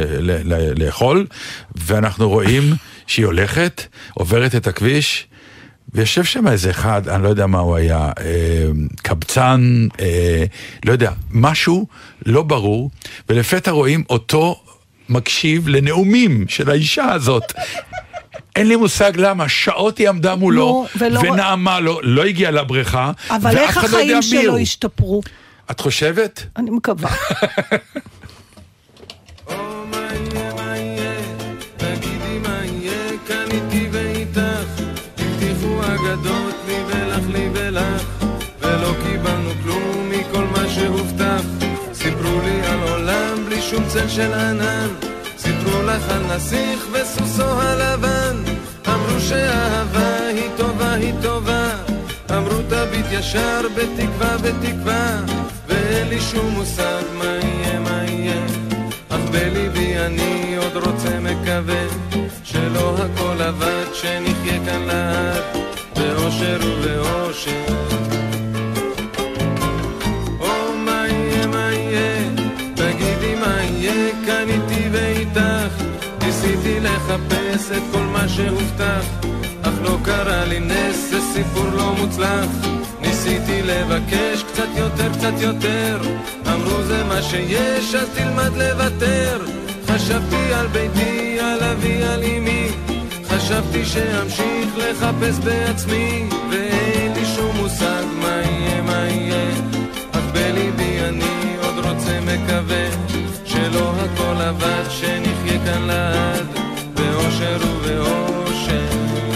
לאכול, ואנחנו רואים שהיא הולכת, עוברת את הכביש, ויושב שם איזה אחד, אני לא יודע מה הוא היה, קבצן, לא יודע, משהו לא ברור, ולפתע רואים אותו מקשיב לנאומים של האישה הזאת. אין לי מושג למה, שעות היא עמדה מולו, ונעמה לו, לא הגיעה לבריכה, אבל איך החיים שלו השתפרו? את חושבת? אני מקווה. אגדות לי ולך לי ולך, ולא קיבלנו כלום מכל מה שהובטח. סיפרו לי על עולם בלי שום צל של ענן, סיפרו לך על נסיך וסוסו הלבן, אמרו שהאהבה היא טובה היא טובה, אמרו תביט ישר בתקווה בתקווה, ואין לי שום מושג מה יהיה מה יהיה, אך בליבי אני עוד רוצה מקווה שלא הכל עבד, שנחיה כאן לעד באושר ובאושר. או מה יהיה מה יהיה, תגידי מה יהיה כאן איתי ואיתך, ניסיתי לחפש את כל מה שהובטח, אך לא קרה לי נס, זה סיפור לא מוצלח. ניסיתי לבקש קצת יותר קצת יותר, אמרו זה מה שיש אז תלמד לוותר. חשבתי על ביתי, על אבי, על אמי, חשבתי שאמשיך לחפש בעצמי, ואין לי שום מושג מה יהיה מה יהיה, אך בליבי אני עוד רוצה מקווה שלא הכל עבד, שנחיה כאן לעד באושר ובאושר.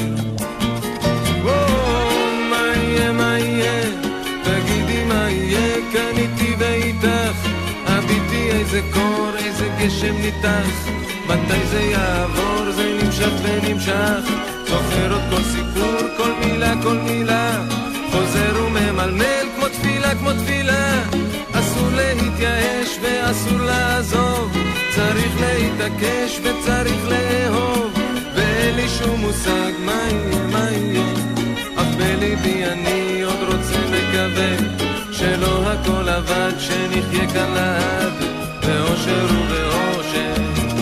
מה יהיה מה יהיה, תגידי מה יהיה כאן איתי ואיתך, הביטי איזה קור איזה גשם ניתח, מתי זה יעבור, זה נמשך ונמשך, זוכר עוד כל סיפור, כל מילה, כל מילה, חוזר וממלמל כמו תפילה, כמו תפילה, אסור להתייאש ואסור לעזוב, צריך להתעקש וצריך לאהוב, ואין לי שום מושג מה יהיה, מה יהיה, אך בליבי אני עוד רוצה מקווה שלא הכל עבד, שנחיה כאן לעד באושר ובאושר.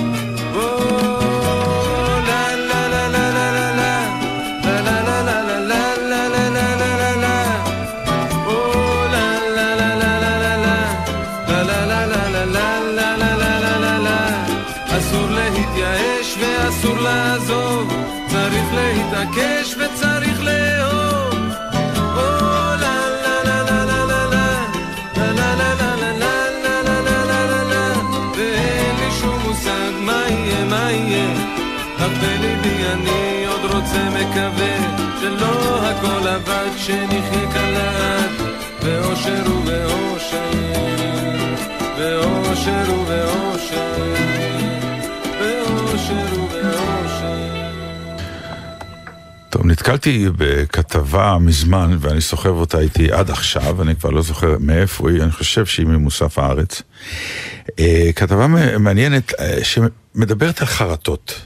אסור לעזוב, צריך להתעקש וצריך לאהוב. או לה לה לה לה לה לה לה לה לה לה לה לה לה לה אני עוד רוצה מקווה שלא הכל עבד, שנחיה כלעד באושר ובאושר, באושר ובאושר, באושר ובאושר. טוב, נתקלתי בכתבה מזמן, ואני סוחב אותה איתי עד עכשיו, אני כבר לא זוכר מאיפה היא, אני חושב שהיא ממוסף הארץ. כתבה מעניינת שמדברת על חרטות.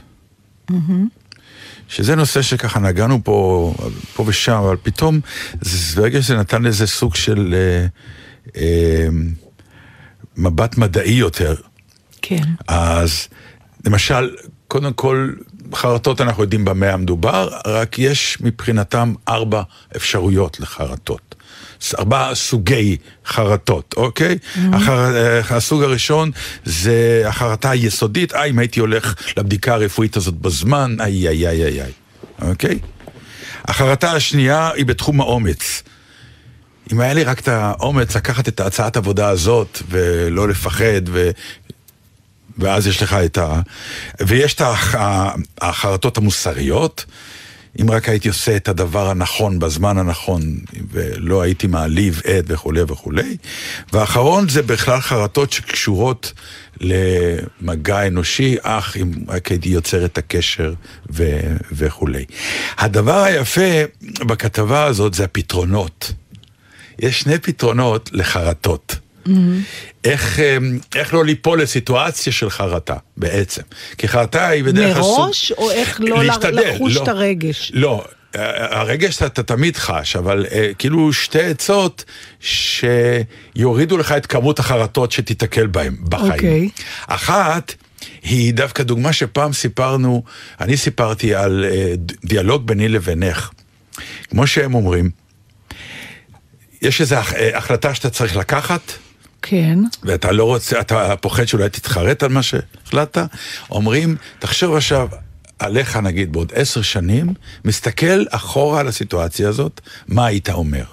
שזה נושא שככה נגענו פה, פה ושם, אבל פתאום, ברגע שזה נתן לזה סוג של אה, אה, מבט מדעי יותר. כן. אז, למשל, קודם כל, חרטות אנחנו יודעים במה המדובר, רק יש מבחינתם ארבע אפשרויות לחרטות. ארבע סוגי חרטות, אוקיי? Mm-hmm. החר... הסוג הראשון זה החרטה היסודית, אה, אם הייתי הולך לבדיקה הרפואית הזאת בזמן, איי, איי, איי, איי, איי, אוקיי? החרטה השנייה היא בתחום האומץ. אם היה לי רק את האומץ לקחת את ההצעת עבודה הזאת, ולא לפחד, ו... ואז יש לך את ה... ויש את הח... החרטות המוסריות, אם רק הייתי עושה את הדבר הנכון בזמן הנכון, ולא הייתי מעליב עד וכו' וכו'. והאחרון זה בכלל חרטות שקשורות למגע אנושי, אך אם רק הייתי יוצר את הקשר ו... וכו'. הדבר היפה בכתבה הזאת זה הפתרונות. יש שני פתרונות לחרטות. Mm-hmm. איך, איך לא ליפול לסיטואציה של חרטה בעצם, כי חרטה היא בדרך כלל מראש סוג... או איך לא להשתדל, לחוש לא, את הרגש? לא, הרגש אתה תמיד חש, אבל כאילו שתי עצות שיורידו לך את כמות החרטות שתתקל בהם בחיים. Okay. אחת היא דווקא דוגמה שפעם סיפרנו, אני סיפרתי על דיאלוג ביני לבינך, כמו שהם אומרים, יש איזו החלטה שאתה צריך לקחת, כן. ואתה לא רוצה, אתה פוחד שאולי תתחרט על מה שהחלטת, אומרים, תחשוב עכשיו עליך נגיד בעוד עשר שנים, מסתכל אחורה על הסיטואציה הזאת, מה היית אומר?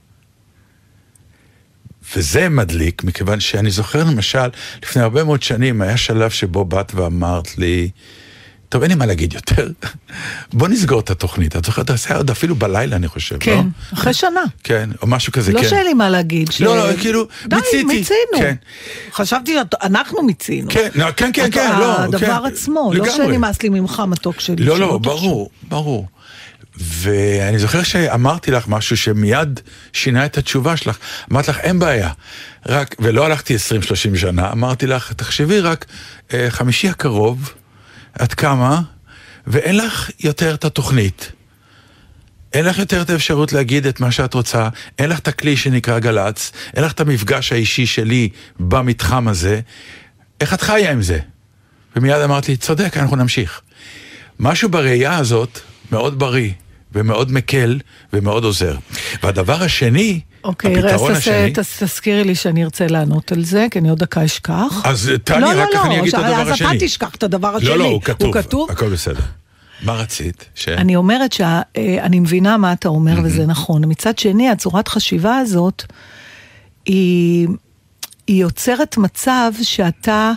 וזה מדליק, מכיוון שאני זוכר למשל, לפני הרבה מאוד שנים, היה שלב שבו באת ואמרת לי, טוב, אין לי מה להגיד יותר. בוא נסגור את התוכנית. את זוכרת, זה עוד אפילו בלילה, אני חושב, כן, לא? אחרי שנה. כן, או משהו כזה, לא כן. לא שאין לי מה להגיד. לא, לא, כאילו, די, מיציתי. די, מיצינו. כן. חשבתי שאנחנו מיצינו. כן, כן, כן, כן, לא. הדבר עצמו, לא שנמאס לי ממך מתוק שלי. לא, לא, ברור, ברור. ואני זוכר שאמרתי לך משהו שמיד שינה את התשובה שלך. אמרתי לך, אין בעיה. רק, ולא הלכתי עשרים שלושים שנה, אמרתי לך, תחשבי רק, חמישי הקרוב, עד כמה, ואין לך יותר את התוכנית. אין לך יותר את האפשרות להגיד את מה שאת רוצה, אין לך את הכלי שנקרא גלץ, אין לך את המפגש האישי שלי במתחם הזה, איך את חיה עם זה? ומיד אמרתי, צודק, אנחנו נמשיך. משהו בראייה הזאת מאוד בריא, ומאוד מקל, ומאוד עוזר. והדבר השני, אוקיי, הפתרון השני... תזכירי לי שאני ארצה לענות על זה, כי אני עוד דקה אשכח. אז תעני, רק כך אני אגיד את הדבר השני. אז אתה תשכח את הדבר השני. לא, לא, הוא כתוב. הוא כתוב? הכל בסדר. מה רצית? אני אומרת שאני מבינה מה אתה אומר, וזה נכון. מצד שני, הצורת חשיבה הזאת, היא יוצרת מצב שאתה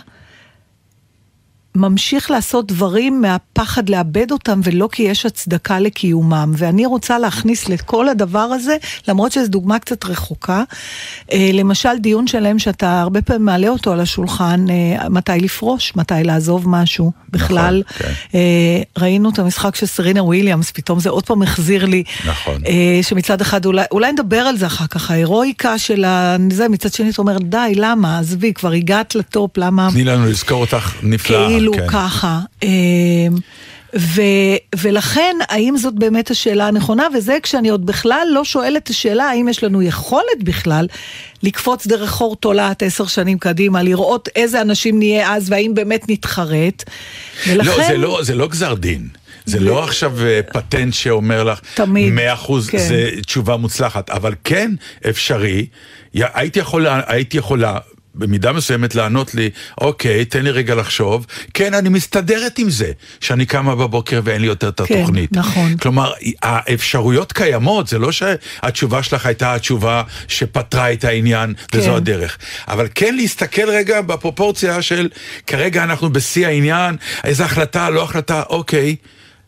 ממשיך לעשות דברים מהפחד לאבד אותם, ולא כי יש הצדקה לקיומם. ואני רוצה להכניס לכל הדבר הזה, למרות שזו דוגמה קצת רחוקה, למשל דיון שלם שאתה הרבה פעמים מעלה אותו על השולחן, מתי לפרוש, מתי לעזוב משהו. בכלל, נכון, כן. ראינו את המשחק של סרינה וויליאמס, פתאום זה עוד פעם החזיר לי, נכון. שמצד אחד, אולי, אולי נדבר על זה אחר כך, ההירואיקה של זה, מצד שני אתה אומר, די, למה? עזבי, כבר הגעת לטופ, למה? תני לנו לזכור אותך נפלאה. כאילו כן. ככה. ו, ולכן, האם זאת באמת השאלה הנכונה? וזה כשאני עוד בכלל לא שואלת את השאלה, האם יש לנו יכולת בכלל לקפוץ דרך חור תולעת עשר שנים קדימה, לראות איזה אנשים נהיה אז, והאם באמת נתחרט. ולכן... לא, זה לא, זה לא גזר דין. זה לא עכשיו פטנט שאומר לך, תמיד, מאה אחוז כן. זה תשובה מוצלחת, אבל כן אפשרי, הייתי יכולה, הייתי יכולה, במידה מסוימת לענות לי, אוקיי, תן לי רגע לחשוב, כן, אני מסתדרת עם זה, שאני קמה בבוקר ואין לי יותר את התוכנית. כן, נכון. כלומר, האפשרויות קיימות, זה לא שהתשובה שלך הייתה התשובה שפתרה את העניין, כן. וזו הדרך. אבל כן להסתכל רגע בפרופורציה של, כרגע אנחנו בשיא העניין, איזו החלטה, לא החלטה, אוקיי,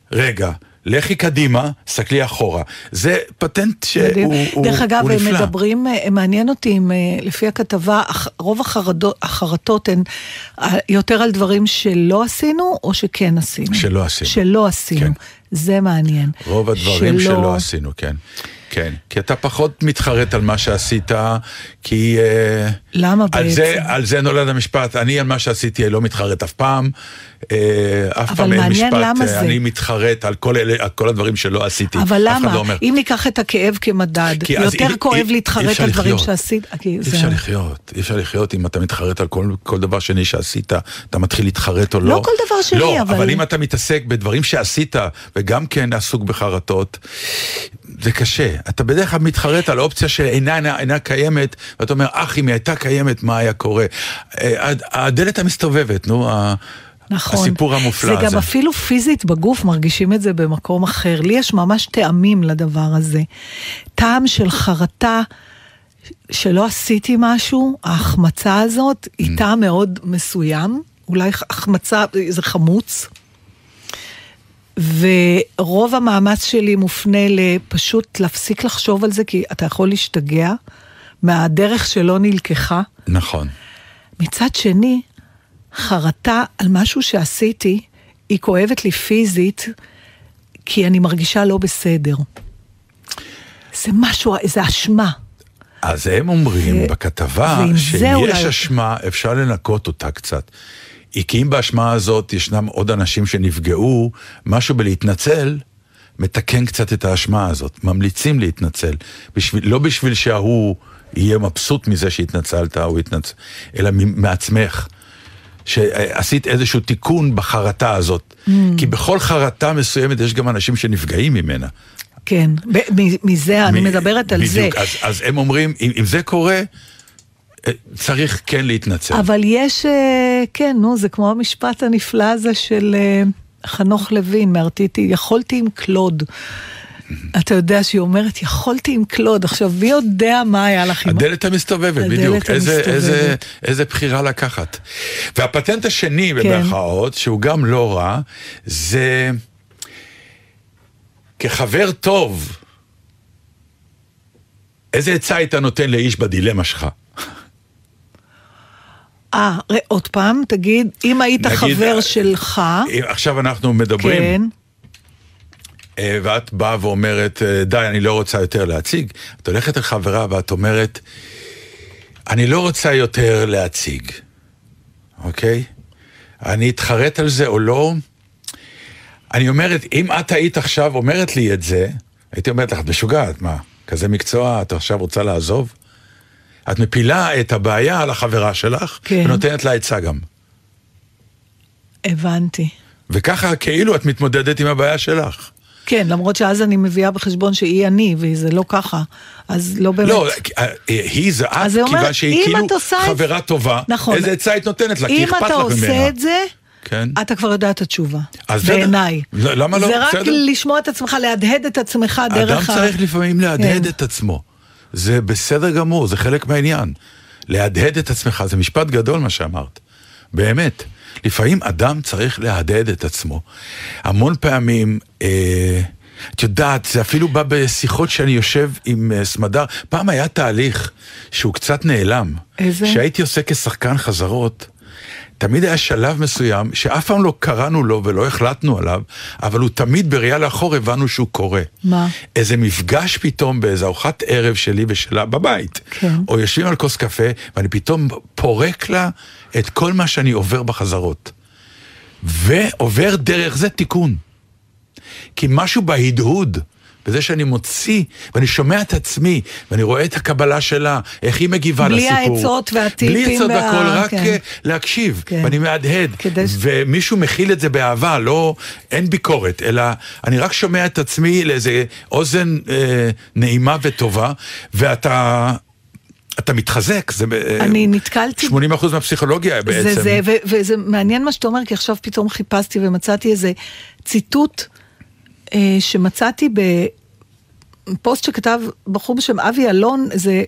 רגע, לכי קדימה, סתכלי אחורה. זה פטנט שהוא נפלא. דרך אגב, הם מדברים, מעניין אותי, לפי הכתבה, רוב החרטות הן יותר על דברים שלא עשינו, או שכן עשינו? שלא עשינו. שלא עשינו. זה מעניין. רוב הדברים שלא עשינו, כן. כן, כי אתה פחות מתחרט על מה שעשית, כי... למה על בעצם? זה, על זה נולד המשפט, אני על מה שעשיתי לא מתחרט אף פעם, אף פעם אין משפט, אני מתחרט על כל, אלה, על כל הדברים שלא עשיתי. אבל למה? לא אם ניקח את הכאב כמדד, יותר אי, כואב אי, להתחרט על דברים שעשית. אי אפשר זה... לחיות, אי אפשר לחיות אם אתה מתחרט על כל, כל דבר שני שעשית, אתה מתחיל להתחרט או לא. לא כל דבר שני, לא, אבל... אבל אם אתה מתעסק בדברים שעשית, וגם כן עסוק בחרטות, זה קשה. אתה בדרך כלל מתחרט על אופציה שאינה אינה, אינה קיימת, ואתה אומר, אך, אם היא הייתה קיימת, מה היה קורה? הדלת המסתובבת, נו, נכון. הסיפור המופלא הזה. זה גם אפילו פיזית בגוף, מרגישים את זה במקום אחר. לי יש ממש טעמים לדבר הזה. טעם של חרטה, שלא עשיתי משהו, ההחמצה הזאת, היא טעם מאוד מסוים, אולי החמצה, זה חמוץ, ורוב המאמץ שלי מופנה לפשוט להפסיק לחשוב על זה, כי אתה יכול להשתגע מהדרך שלא נלקחה. נכון. מצד שני, חרטה על משהו שעשיתי, היא כואבת לי פיזית, כי אני מרגישה לא בסדר. זה משהו, זה אשמה. אז הם אומרים בכתבה, שיש אשמה, אפשר לנקות אותה קצת. כי אם באשמה הזאת ישנם עוד אנשים שנפגעו, משהו בלהתנצל, מתקן קצת את האשמה הזאת. ממליצים להתנצל. בשביל, לא בשביל שההוא יהיה מבסוט מזה שהתנצלת, או התנצל, אלא מעצמך. שעשית איזשהו תיקון בחרטה הזאת. Mm. כי בכל חרטה מסוימת יש גם אנשים שנפגעים ממנה. כן, מזה, אני מדברת על זה. בדיוק, אז, אז הם אומרים, אם, אם זה קורה, צריך כן להתנצל. אבל יש, כן, נו, זה כמו המשפט הנפלא הזה של חנוך לוין, מארטיטי, יכולתי עם קלוד. אתה יודע שהיא אומרת, יכולתי עם קלוד, עכשיו מי יודע מה היה לך? הדלת המסתובבת, בדיוק, איזה, איזה, איזה בחירה לקחת. והפטנט השני במרכאות, שהוא גם לא רע, זה כחבר טוב, איזה עצה היית נותן לאיש בדילמה שלך? אה, עוד פעם, תגיד, אם היית חבר שלך... עכשיו אנחנו מדברים... כן. ואת באה ואומרת, די, אני לא רוצה יותר להציג. את הולכת אל חברה ואת אומרת, אני לא רוצה יותר להציג. אוקיי? אני אתחרט על זה או לא. אני אומרת, אם את היית עכשיו אומרת לי את זה, הייתי אומרת לך, את משוגעת, מה? כזה מקצוע, את עכשיו רוצה לעזוב? את מפילה את הבעיה על החברה שלך, כן. ונותנת לה עצה גם. הבנתי. וככה כאילו את מתמודדת עם הבעיה שלך. כן, למרות שאז אני מביאה בחשבון שהיא אני, וזה לא ככה, אז לא באמת. לא, היא זה את, כיוון שהיא כאילו חברה טובה, נכון. איזה עצה היית נותנת לה, כי אכפת לך ממנה. אם אתה עושה את זה, כן. אתה כבר יודע את התשובה. בעיניי. למה לא? זה רק בסדר? לשמוע את עצמך, להדהד את עצמך דרך... אדם צריך לפעמים להדהד את עצמו. זה בסדר גמור, זה חלק מהעניין. להדהד את עצמך, זה משפט גדול מה שאמרת. באמת. לפעמים אדם צריך להדהד את עצמו. המון פעמים, אה, את יודעת, זה אפילו בא בשיחות שאני יושב עם אה, סמדר. פעם היה תהליך שהוא קצת נעלם. איזה? שהייתי עושה כשחקן חזרות, תמיד היה שלב מסוים שאף פעם לא קראנו לו ולא החלטנו עליו, אבל הוא תמיד בראייה לאחור הבנו שהוא קורה. מה? איזה מפגש פתאום באיזו ארוחת ערב שלי ושלה בבית. כן. או יושבים על כוס קפה, ואני פתאום פורק לה את כל מה שאני עובר בחזרות. ועובר דרך זה תיקון. כי משהו בהדהוד, בזה שאני מוציא, ואני שומע את עצמי, ואני רואה את הקבלה שלה, איך היא מגיבה בלי לסיפור. בלי העצות והטיפים. בלי עצות וה... והכל, רק כן. להקשיב, כן. ואני מהדהד. כדי... ומישהו מכיל את זה באהבה, לא, אין ביקורת, אלא אני רק שומע את עצמי לאיזה אוזן אה, נעימה וטובה, ואתה... אתה מתחזק, זה אני נתקלתי... שמונים אחוז מהפסיכולוגיה בעצם. זה זה, ו- וזה מעניין מה שאתה אומר, כי עכשיו פתאום חיפשתי ומצאתי איזה ציטוט אה, שמצאתי בפוסט שכתב בחור בשם אבי אלון, זה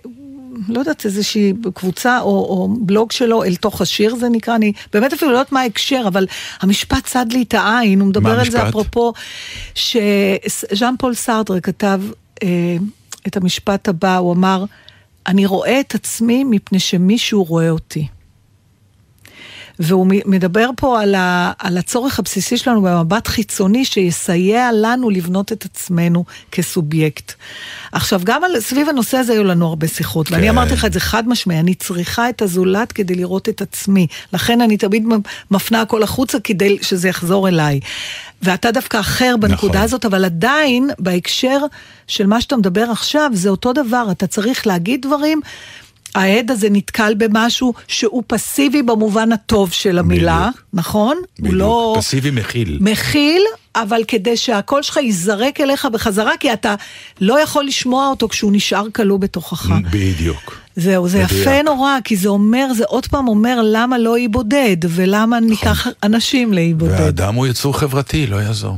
לא יודעת, איזושהי קבוצה או, או בלוג שלו אל תוך השיר, זה נקרא, אני באמת אפילו לא יודעת מה ההקשר, אבל המשפט צד לי את העין, הוא מדבר על זה אפרופו, שז'אן פול סארטר כתב אה, את המשפט הבא, הוא אמר, אני רואה את עצמי מפני שמישהו רואה אותי. והוא מדבר פה על, ה, על הצורך הבסיסי שלנו במבט חיצוני שיסייע לנו לבנות את עצמנו כסובייקט. עכשיו, גם על, סביב הנושא הזה היו לנו הרבה שיחות, כן. ואני אמרתי לך את זה חד משמעי, אני צריכה את הזולת כדי לראות את עצמי, לכן אני תמיד מפנה הכל החוצה כדי שזה יחזור אליי. ואתה דווקא אחר בנקודה נכון. הזאת, אבל עדיין בהקשר של מה שאתה מדבר עכשיו, זה אותו דבר, אתה צריך להגיד דברים, העד הזה נתקל במשהו שהוא פסיבי במובן הטוב של המילה, בדיוק. נכון? בדיוק. הוא לא... פסיבי מכיל. מכיל, אבל כדי שהקול שלך ייזרק אליך בחזרה, כי אתה לא יכול לשמוע אותו כשהוא נשאר כלוא בתוכך. בדיוק. זהו, זה בדיוק. יפה נורא, כי זה אומר, זה עוד פעם אומר למה לא ייבודד, ולמה נכון. ניקח אנשים להיבודד. והאדם הוא יצור חברתי, לא יעזור.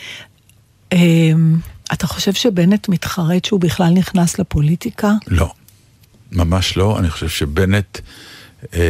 אתה חושב שבנט מתחרט שהוא בכלל נכנס לפוליטיקה? לא. ממש לא, אני חושב שבנט אה,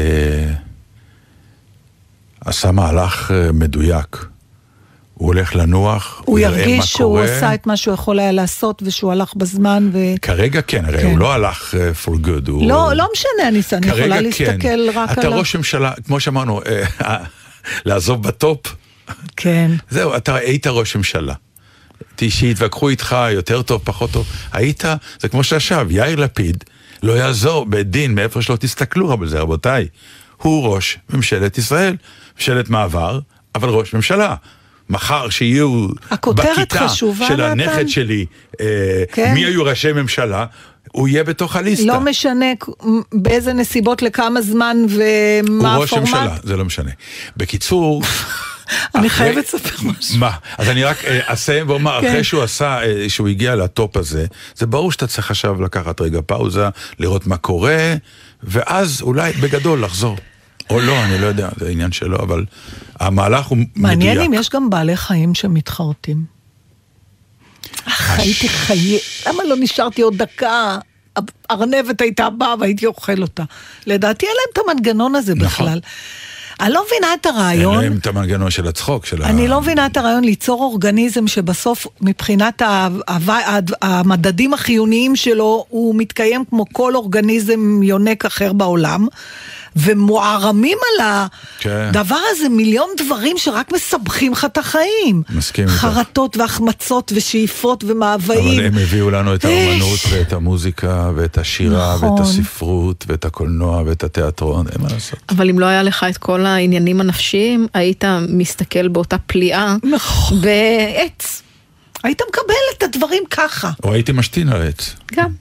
עשה מהלך אה, מדויק. הוא הולך לנוח, הוא ירגיש שהוא קורה. עשה את מה שהוא יכול היה לעשות, ושהוא הלך בזמן. ו... כרגע כן, הרי כן. הוא לא הלך uh, for good. הוא... לא, לא משנה, אני, אני יכולה כן. להסתכל רק אתה על... אתה ראש ממשלה, כמו שאמרנו, אה, לעזוב בטופ. כן. זהו, אתה היית ראש ממשלה. שהתווכחו איתך יותר טוב, פחות טוב. היית, זה כמו שעכשיו, יאיר לפיד, לא יעזור, בדין, מאיפה שלא תסתכלו אבל זה, רבותיי. הוא ראש ממשלת ישראל, ממשלת מעבר, אבל ראש ממשלה. מחר שיהיו בכיתה של הנכד שלי, כן. מי היו ראשי ממשלה, הוא יהיה בתוך הליסטה. לא משנה באיזה נסיבות, לכמה זמן ומה הוא הפורמט. הוא ראש ממשלה, זה לא משנה. בקיצור... אני חייבת לספר משהו. מה? אז אני רק אסיים ואומר, אחרי שהוא עשה, שהוא הגיע לטופ הזה, זה ברור שאתה צריך עכשיו לקחת רגע פאוזה, לראות מה קורה, ואז אולי בגדול לחזור. או לא, אני לא יודע, זה העניין שלו, אבל המהלך הוא מדויק. מעניין אם יש גם בעלי חיים שמתחרטים. חייתי חיי, למה לא נשארתי עוד דקה? ארנבת הייתה באה והייתי אוכל אותה. לדעתי אין להם את המנגנון הזה בכלל. אני לא מבינה את הרעיון. אין להם את המנגנון של הצחוק. אני לא מבינה את הרעיון ליצור אורגניזם שבסוף מבחינת המדדים החיוניים שלו, הוא מתקיים כמו כל אורגניזם יונק אחר בעולם, ומוערמים על הדבר הזה מיליון דברים שרק מסבכים לך את החיים. מסכים איתך. חרטות והחמצות ושאיפות ומאוויים. אבל הם הביאו לנו את האמנות ואת המוזיקה ואת השירה ואת הספרות ואת הקולנוע ואת התיאטרון, אין מה לעשות. אבל אם לא היה לך את כל העניינים הנפשיים, היית מסתכל באותה פליאה בעץ. היית מקבל את הדברים ככה. או הייתי משתין על עץ. גם.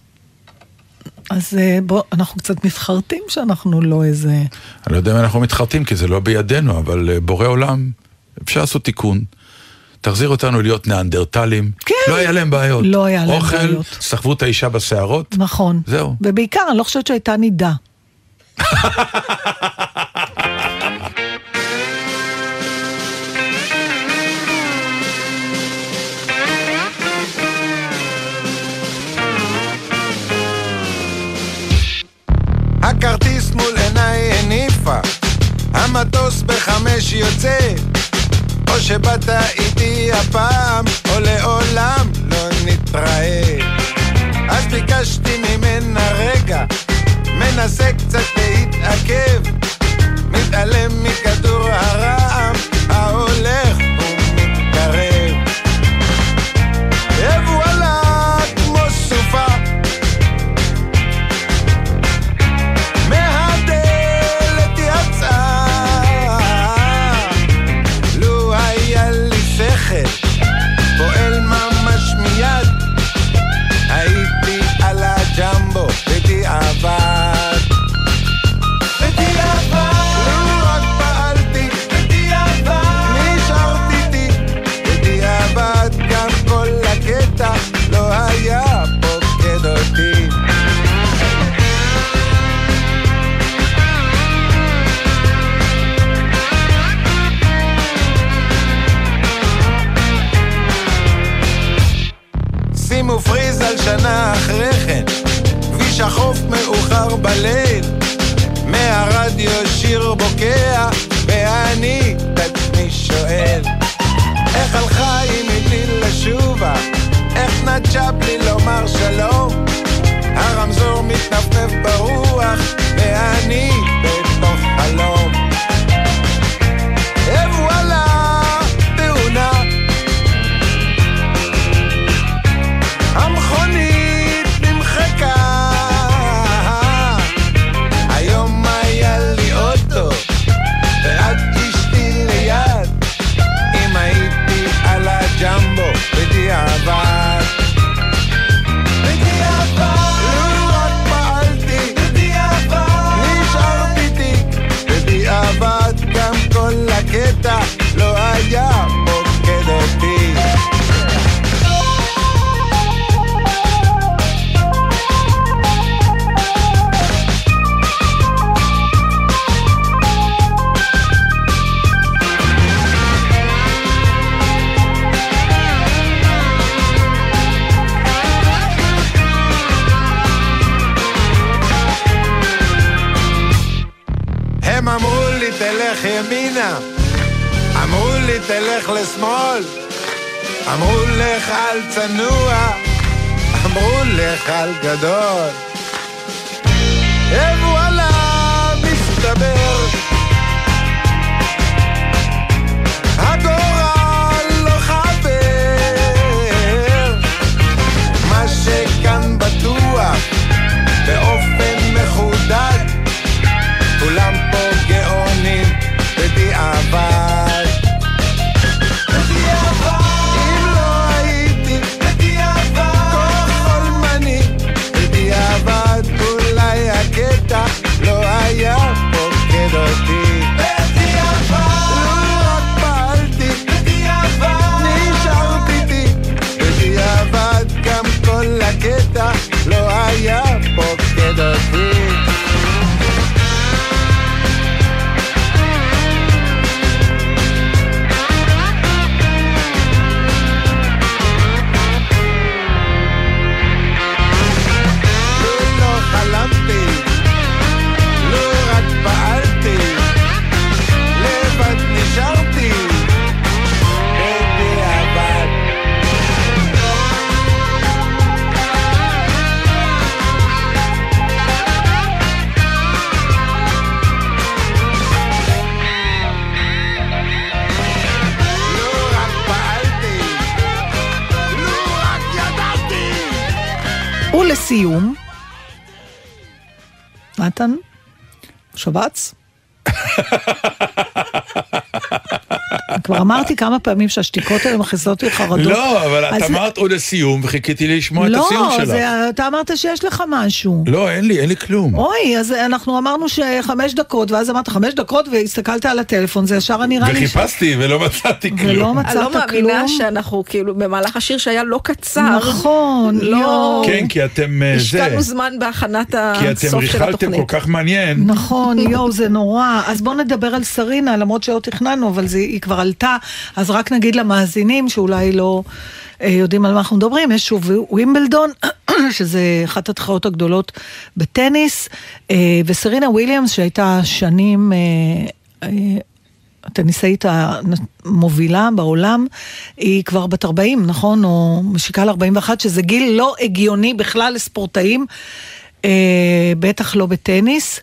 אז בוא, אנחנו קצת מתחרטים שאנחנו לא איזה... אני לא יודע אם אנחנו מתחרטים, כי זה לא בידינו, אבל בורא עולם, אפשר לעשות תיקון. תחזיר אותנו להיות נאנדרטלים. כן. לא היה להם בעיות. לא היה להם אוכל, בעיות. אוכל, סחבו את האישה בשערות. נכון. זהו. ובעיקר, אני לא חושבת שהייתה נידה. הכרטיס מול עיניי הניפה, המטוס בחמש יוצא, או שבאת איתי הפעם, או לעולם לא נתראה. אז ביקשתי ממנה רגע, מנסה קצת להתעכב, מתעלם מכדור הרעם, ההולך ומתקרב. ובואלה כמו סופה, פועל ממש מיד, הייתי על הג'מבו בדיעבד. החוף מאוחר בליל, מהרדיו שיר בוקע, ואני את עצמי שואל, איך הלכה היא מבלי לשובה, איך נג'ה בלי לומר שלום, הרמזור מתנפנף ברוח, ואני בתוך חלום. ווואלה, תאונה, המכונית נמחקה, היום היה לי אוטו, ואת אשתי ליד, אם הייתי על הג'מבו, בדיעבד, בדיעבד, לא רק פעלתי, בדיעבד, נשארתי תיק, בדיעבד, גם כל הקטע לא היה פוקד אותי. הם אמרו לי תלך ימינה, אמרו לי תלך לשמאל, אמרו לך על צנוע, אמרו לך על גדול. ווואלה, מסתבר הגורל לא חבר, מה שכאן בטוח באופן מחודד, כולם פה גאונים בדיעבד, בדיעבד, אם לא הייתי בדיעבד כל חולמני, בדיעבד אולי הקטע לא היה פוקד אותי, בדיעבד, לא רק פעלתי, בדיעבד, נשארתי תיק, בדיעבד גם כל הקטע לא היה פוקד אותי. ולסיום, נתן, שבץ? כבר אמרתי כמה פעמים שהשתיקות האלה מכניסות לי חרדות. לא, אבל את אמרת עוד לסיום וחיכיתי לשמוע את הסיום שלך. לא, אתה אמרת שיש לך משהו. לא, אין לי, אין לי כלום. אוי, אז אנחנו אמרנו שחמש דקות, ואז אמרת חמש דקות והסתכלת על הטלפון, זה ישר נראה לי... וחיפשתי ולא מצאתי כלום. ולא מצאת כלום. אני לא מאמינה שאנחנו כאילו במהלך השיר שהיה לא קצר. נכון. לא... כן, כי אתם... השקענו זמן בהכנת הסוף של התוכנית. כי אתם ריכלתם כל כך מעניין. נכון, יואו, זה נורא. אז בואו נדבר על סרינה, למרות שלא תכננו, אבל היא כבר עלתה. אז רק נגיד למאזינים שאולי לא יודעים על מה אנחנו מדברים, יש שוב ווימבלדון, שזה אחת התחרות הגדולות בטניס, וסרינה וויליאמס שהייתה שנים הטניסאית המובילה בעולם, היא כבר בת ארבעים, נכון? או משיקה ל-ארבעים ואחת, שזה גיל לא הגיוני בכלל לספורטאים, בטח לא בטניס,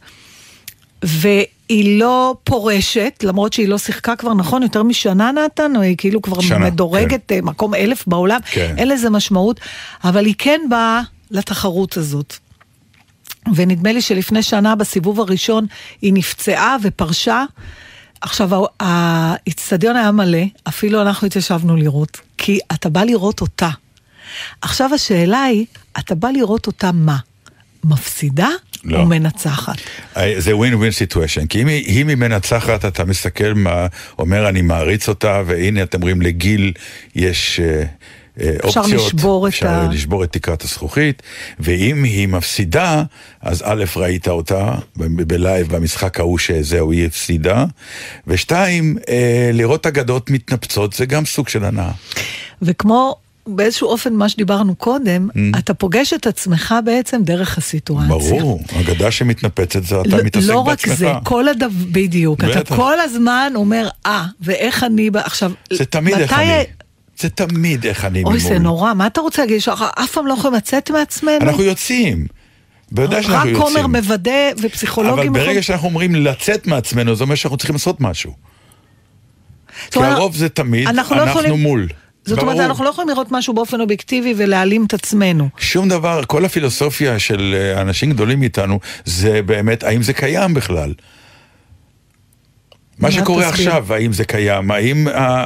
והיא לא פורשת, למרות שהיא לא שיחקה כבר, נכון, יותר משנה נתן, או היא כאילו כבר שנה, מדורגת כן. מקום אלף בעולם, כן. אין לזה משמעות, אבל היא כן באה לתחרות הזאת. ונדמה לי שלפני שנה בסיבוב הראשון היא נפצעה ופרשה, עכשיו האצטדיון היה מלא, אפילו אנחנו התיישבנו לראות, כי אתה בא לראות אותה. עכשיו השאלה היא, אתה בא לראות אותה מה? מפסידה לא. או מנצחת? זה ווין ווין סיטואשן, כי אם היא מנצחת, אתה מסתכל מה, אומר אני מעריץ אותה, והנה אתם רואים לגיל יש אופציות, אפשר לשבור את, אפשר ה... לשבור את תקרת הזכוכית, ואם היא מפסידה, אז א' ראית אותה בלייב במשחק ההוא שזהו היא הפסידה, ושתיים, לראות אגדות מתנפצות, זה גם סוג של הנאה. וכמו באיזשהו אופן מה שדיברנו קודם, אתה פוגש את עצמך בעצם דרך הסיטואציה. ברור, אגדה שמתנפצת זה אתה מתעסק בעצמך. לא רק זה, כל הדבר, בדיוק, אתה כל הזמן אומר, אה, ואיך אני, עכשיו, זה תמיד איך אני. זה תמיד איך אני ממול. אוי, זה נורא, מה אתה רוצה להגיד? אף פעם לא יכולים לצאת מעצמנו? אנחנו יוצאים. רק קומר מוודא ופסיכולוגים... אבל ברגע שאנחנו אומרים לצאת מעצמנו, זה אומר שאנחנו צריכים לעשות משהו. כי הרוב זה תמיד, אנחנו מול. זאת אומרת, אנחנו לא יכולים לראות משהו באופן אובייקטיבי ולהעלים את עצמנו. שום דבר, כל הפילוסופיה של אנשים גדולים איתנו, זה באמת, האם זה קיים בכלל? מה שקורה עכשיו, האם זה קיים, האם,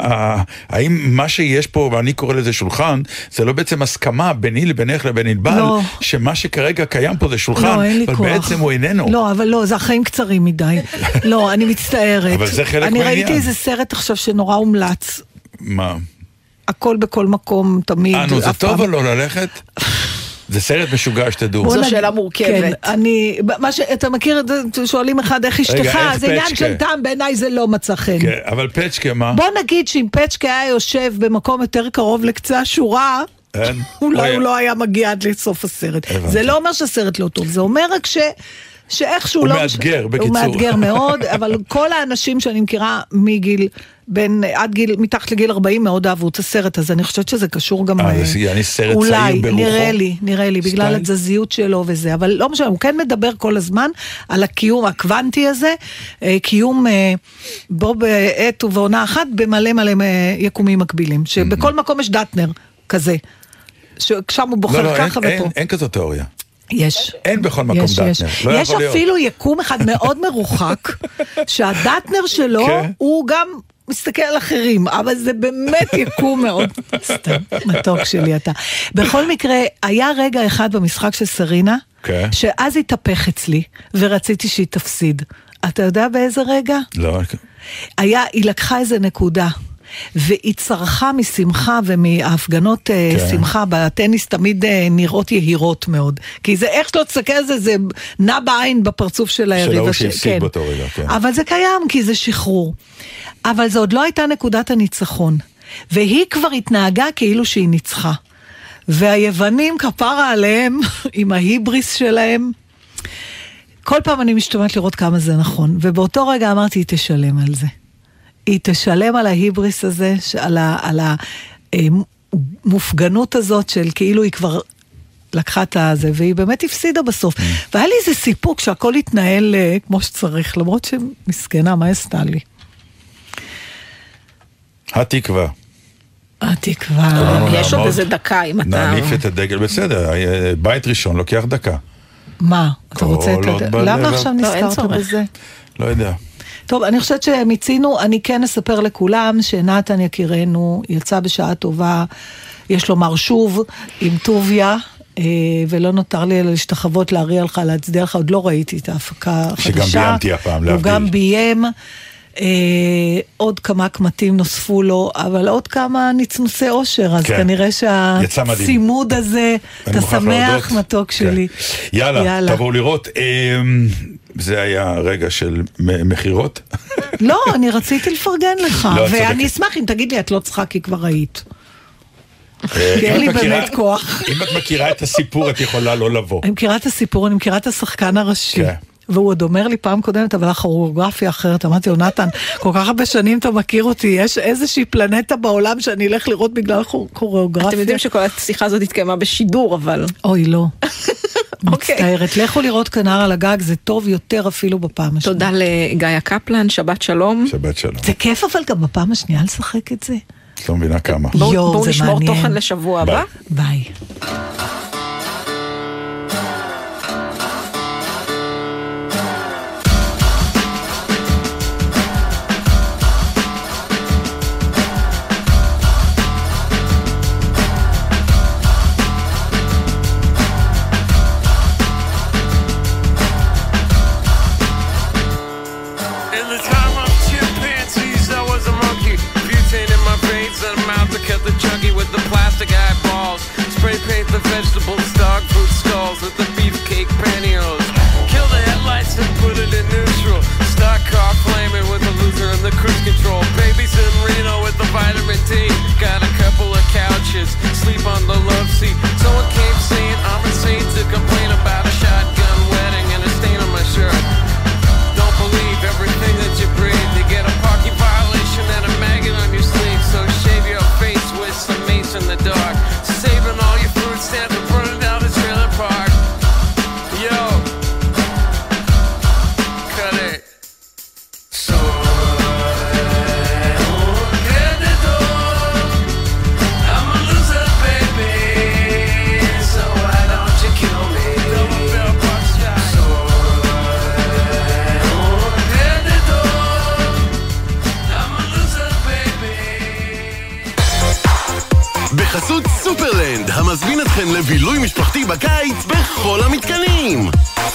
האם מה שיש פה, ואני קורא לזה שולחן, זה לא בעצם הסכמה ביני לבינך לבין ענבל, שמה שכרגע קיים פה זה שולחן, אבל בעצם הוא איננו. לא, אבל לא, זה החיים קצרים מדי. לא, אני מצטערת. אבל זה חלק מהעניין. אני ראיתי איזה סרט עכשיו שנורא הומלץ. מה? הכל בכל מקום, תמיד. אה, נו, זה טוב או לא ללכת? זה סרט משוגע שתדעו. זו שאלה מורכבת. כן, אני, מה שאתה מכיר, שואלים אחד איך אשתך, זה עניין של טעם, בעיניי זה לא מצא חן. כן, אבל פצ'קה מה? בוא נגיד שאם פצ'קה היה יושב במקום יותר קרוב לקצה השורה, אולי הוא לא היה מגיע עד לסוף הסרט. זה לא אומר שהסרט לא טוב, זה אומר רק ש... שאיכשהו לא... הוא מאתגר, בקיצור. הוא מאתגר מאוד, אבל כל האנשים שאני מכירה מגיל, בין, עד גיל, מתחת לגיל ארבעים מאוד אהבו את הסרט, אז אני חושבת שזה קשור גם... אה, זה אני סרט אולי, צעיר ברוחו? נראה לי, נראה לי, בגלל התזזיות שלו וזה, אבל לא משנה, הוא כן מדבר כל הזמן על הקיום הקוונטי הזה, קיום בו בעת ובעונה אחת, במלא מלא יקומים מקבילים, שבכל מקום יש דטנר כזה, ששם הוא בוחר ככה ופה. אין כזאת תיאוריה. יש. אין בכל מקום יש, דטנר. יש. לא יש אפילו להיות. יקום אחד מאוד מרוחק, שהדטנר שלו okay. הוא גם מסתכל על אחרים, אבל זה באמת יקום מאוד. סתם, מתוק שלי אתה. בכל מקרה, היה רגע אחד במשחק של סרינה, okay. שאז התהפך אצלי, ורציתי שהיא תפסיד. אתה יודע באיזה רגע? לא. היה, היא לקחה איזה נקודה. והיא צרחה משמחה ומההפגנות כן. שמחה בטניס תמיד נראות יהירות מאוד, כי זה איך שלא תסתכל על זה, זה נע בעין בפרצוף של היריב. שלא שהפסיד כן. באותו רגע, כן. אבל זה קיים, כי זה שחרור. אבל זה עוד לא הייתה נקודת הניצחון, והיא כבר התנהגה כאילו שהיא ניצחה. והיוונים כפרה עליהם, עם ההיבריס שלהם, כל פעם אני משתומעת לראות כמה זה נכון, ובאותו רגע אמרתי, היא תשלם על זה. היא תשלם על ההיבריס הזה, על, ה, על המופגנות הזאת של כאילו היא כבר לקחה את הזה, והיא באמת הפסידה בסוף. והיה לי איזה סיפוק שהכל התנהל כמו שצריך, למרות שמסכנה, מה עשתה לי? התקווה. התקווה. יש עוד איזה דקה אם אתה... נעניף את הדגל, בסדר, בית ראשון לוקח דקה. מה? אתה רוצה את הדגל? למה עכשיו נזכרת בזה? לא יודע. טוב, אני חושבת שמיצינו, אני כן אספר לכולם שנתן יקירנו יצא בשעה טובה, יש לומר שוב, עם טוביה, ולא נותר לי להשתחוות להריע לך, להצדיע לך, עוד לא ראיתי את ההפקה החדשה. שגם ביימתי הפעם, להבדיל. הוא גם ביים, אה, עוד כמה קמטים נוספו לו, אבל עוד כמה נצנוסי אושר, אז כן. כנראה שהצימוד הזה, אתה שמח מתוק כן. שלי. יאללה, יאללה. תבואו לראות. אה, זה היה רגע של מחירות? לא, אני רציתי לפרגן לך, ואני אשמח אם תגיד לי, את לא צריכה כי כבר היית. כי אין לי באמת כוח. אם את מכירה את הסיפור, את יכולה לא לבוא. אני מכירה את הסיפור, אני מכירה את השחקן הראשי. והוא עוד אומר לי פעם קודמת, אבל הכוריאוגרפיה אחרת, אמרתי לו, נתן, כל כך הרבה שנים אתה מכיר אותי, יש איזושהי פלנטה בעולם שאני אלך לראות בגלל כוריאוגרפיה. אתם יודעים שכל השיחה הזאת התקיימה בשידור, אבל... אוי, לא. מצטערת, לכו לראות כנר על הגג, זה טוב יותר אפילו בפעם השנייה. תודה לגיא קפלן, שבת שלום. שבת שלום. זה כיף אבל גם בפעם השנייה לשחק את זה. לא מבינה כמה. בואו נשמור תוכן לשבוע הבא. ביי. The vegetable מזמין אתכם לבילוי משפחתי בקיץ בכל המתקנים.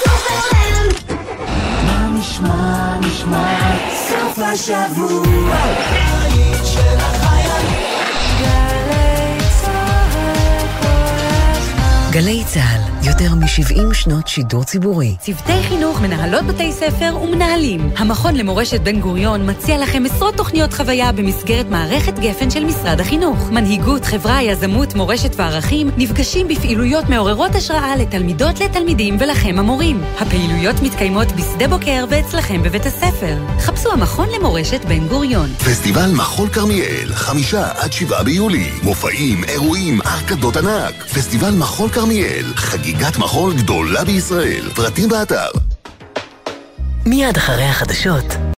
מה נשמע, נשמע, סוף השבוע, היית של החיילים. גלי צהל כל הזמן. גלי צהל, יותר מ-שבעים שנות שידור ציבורי. צוותי חינוך, מנהלות בתי ספר ומנהלים. המכון למורשת בן גוריון מציע לכם עשרות תוכניות חוויה במסגרת מערכת גפן של משרד החינוך. מנהיגות, חברה, יזמות, מורשת וערכים נפגשים בפעילויות מעוררות השראה לתלמידות, לתלמידים ולכם המורים. הפעילויות מתקיימות בשדה בוקר ואצלכם בבית הספר. חפשו המכון למורשת בן גוריון. פסטיבל מחול כרמיאל, חמישה עד שבעה ביולי. מופעים, אירועים, הרקדות ענק. פסטיבל מחול כרמיאל, חגיגת מחול גדולה בישראל. פרטים באתר. מיד אחרי החדשות.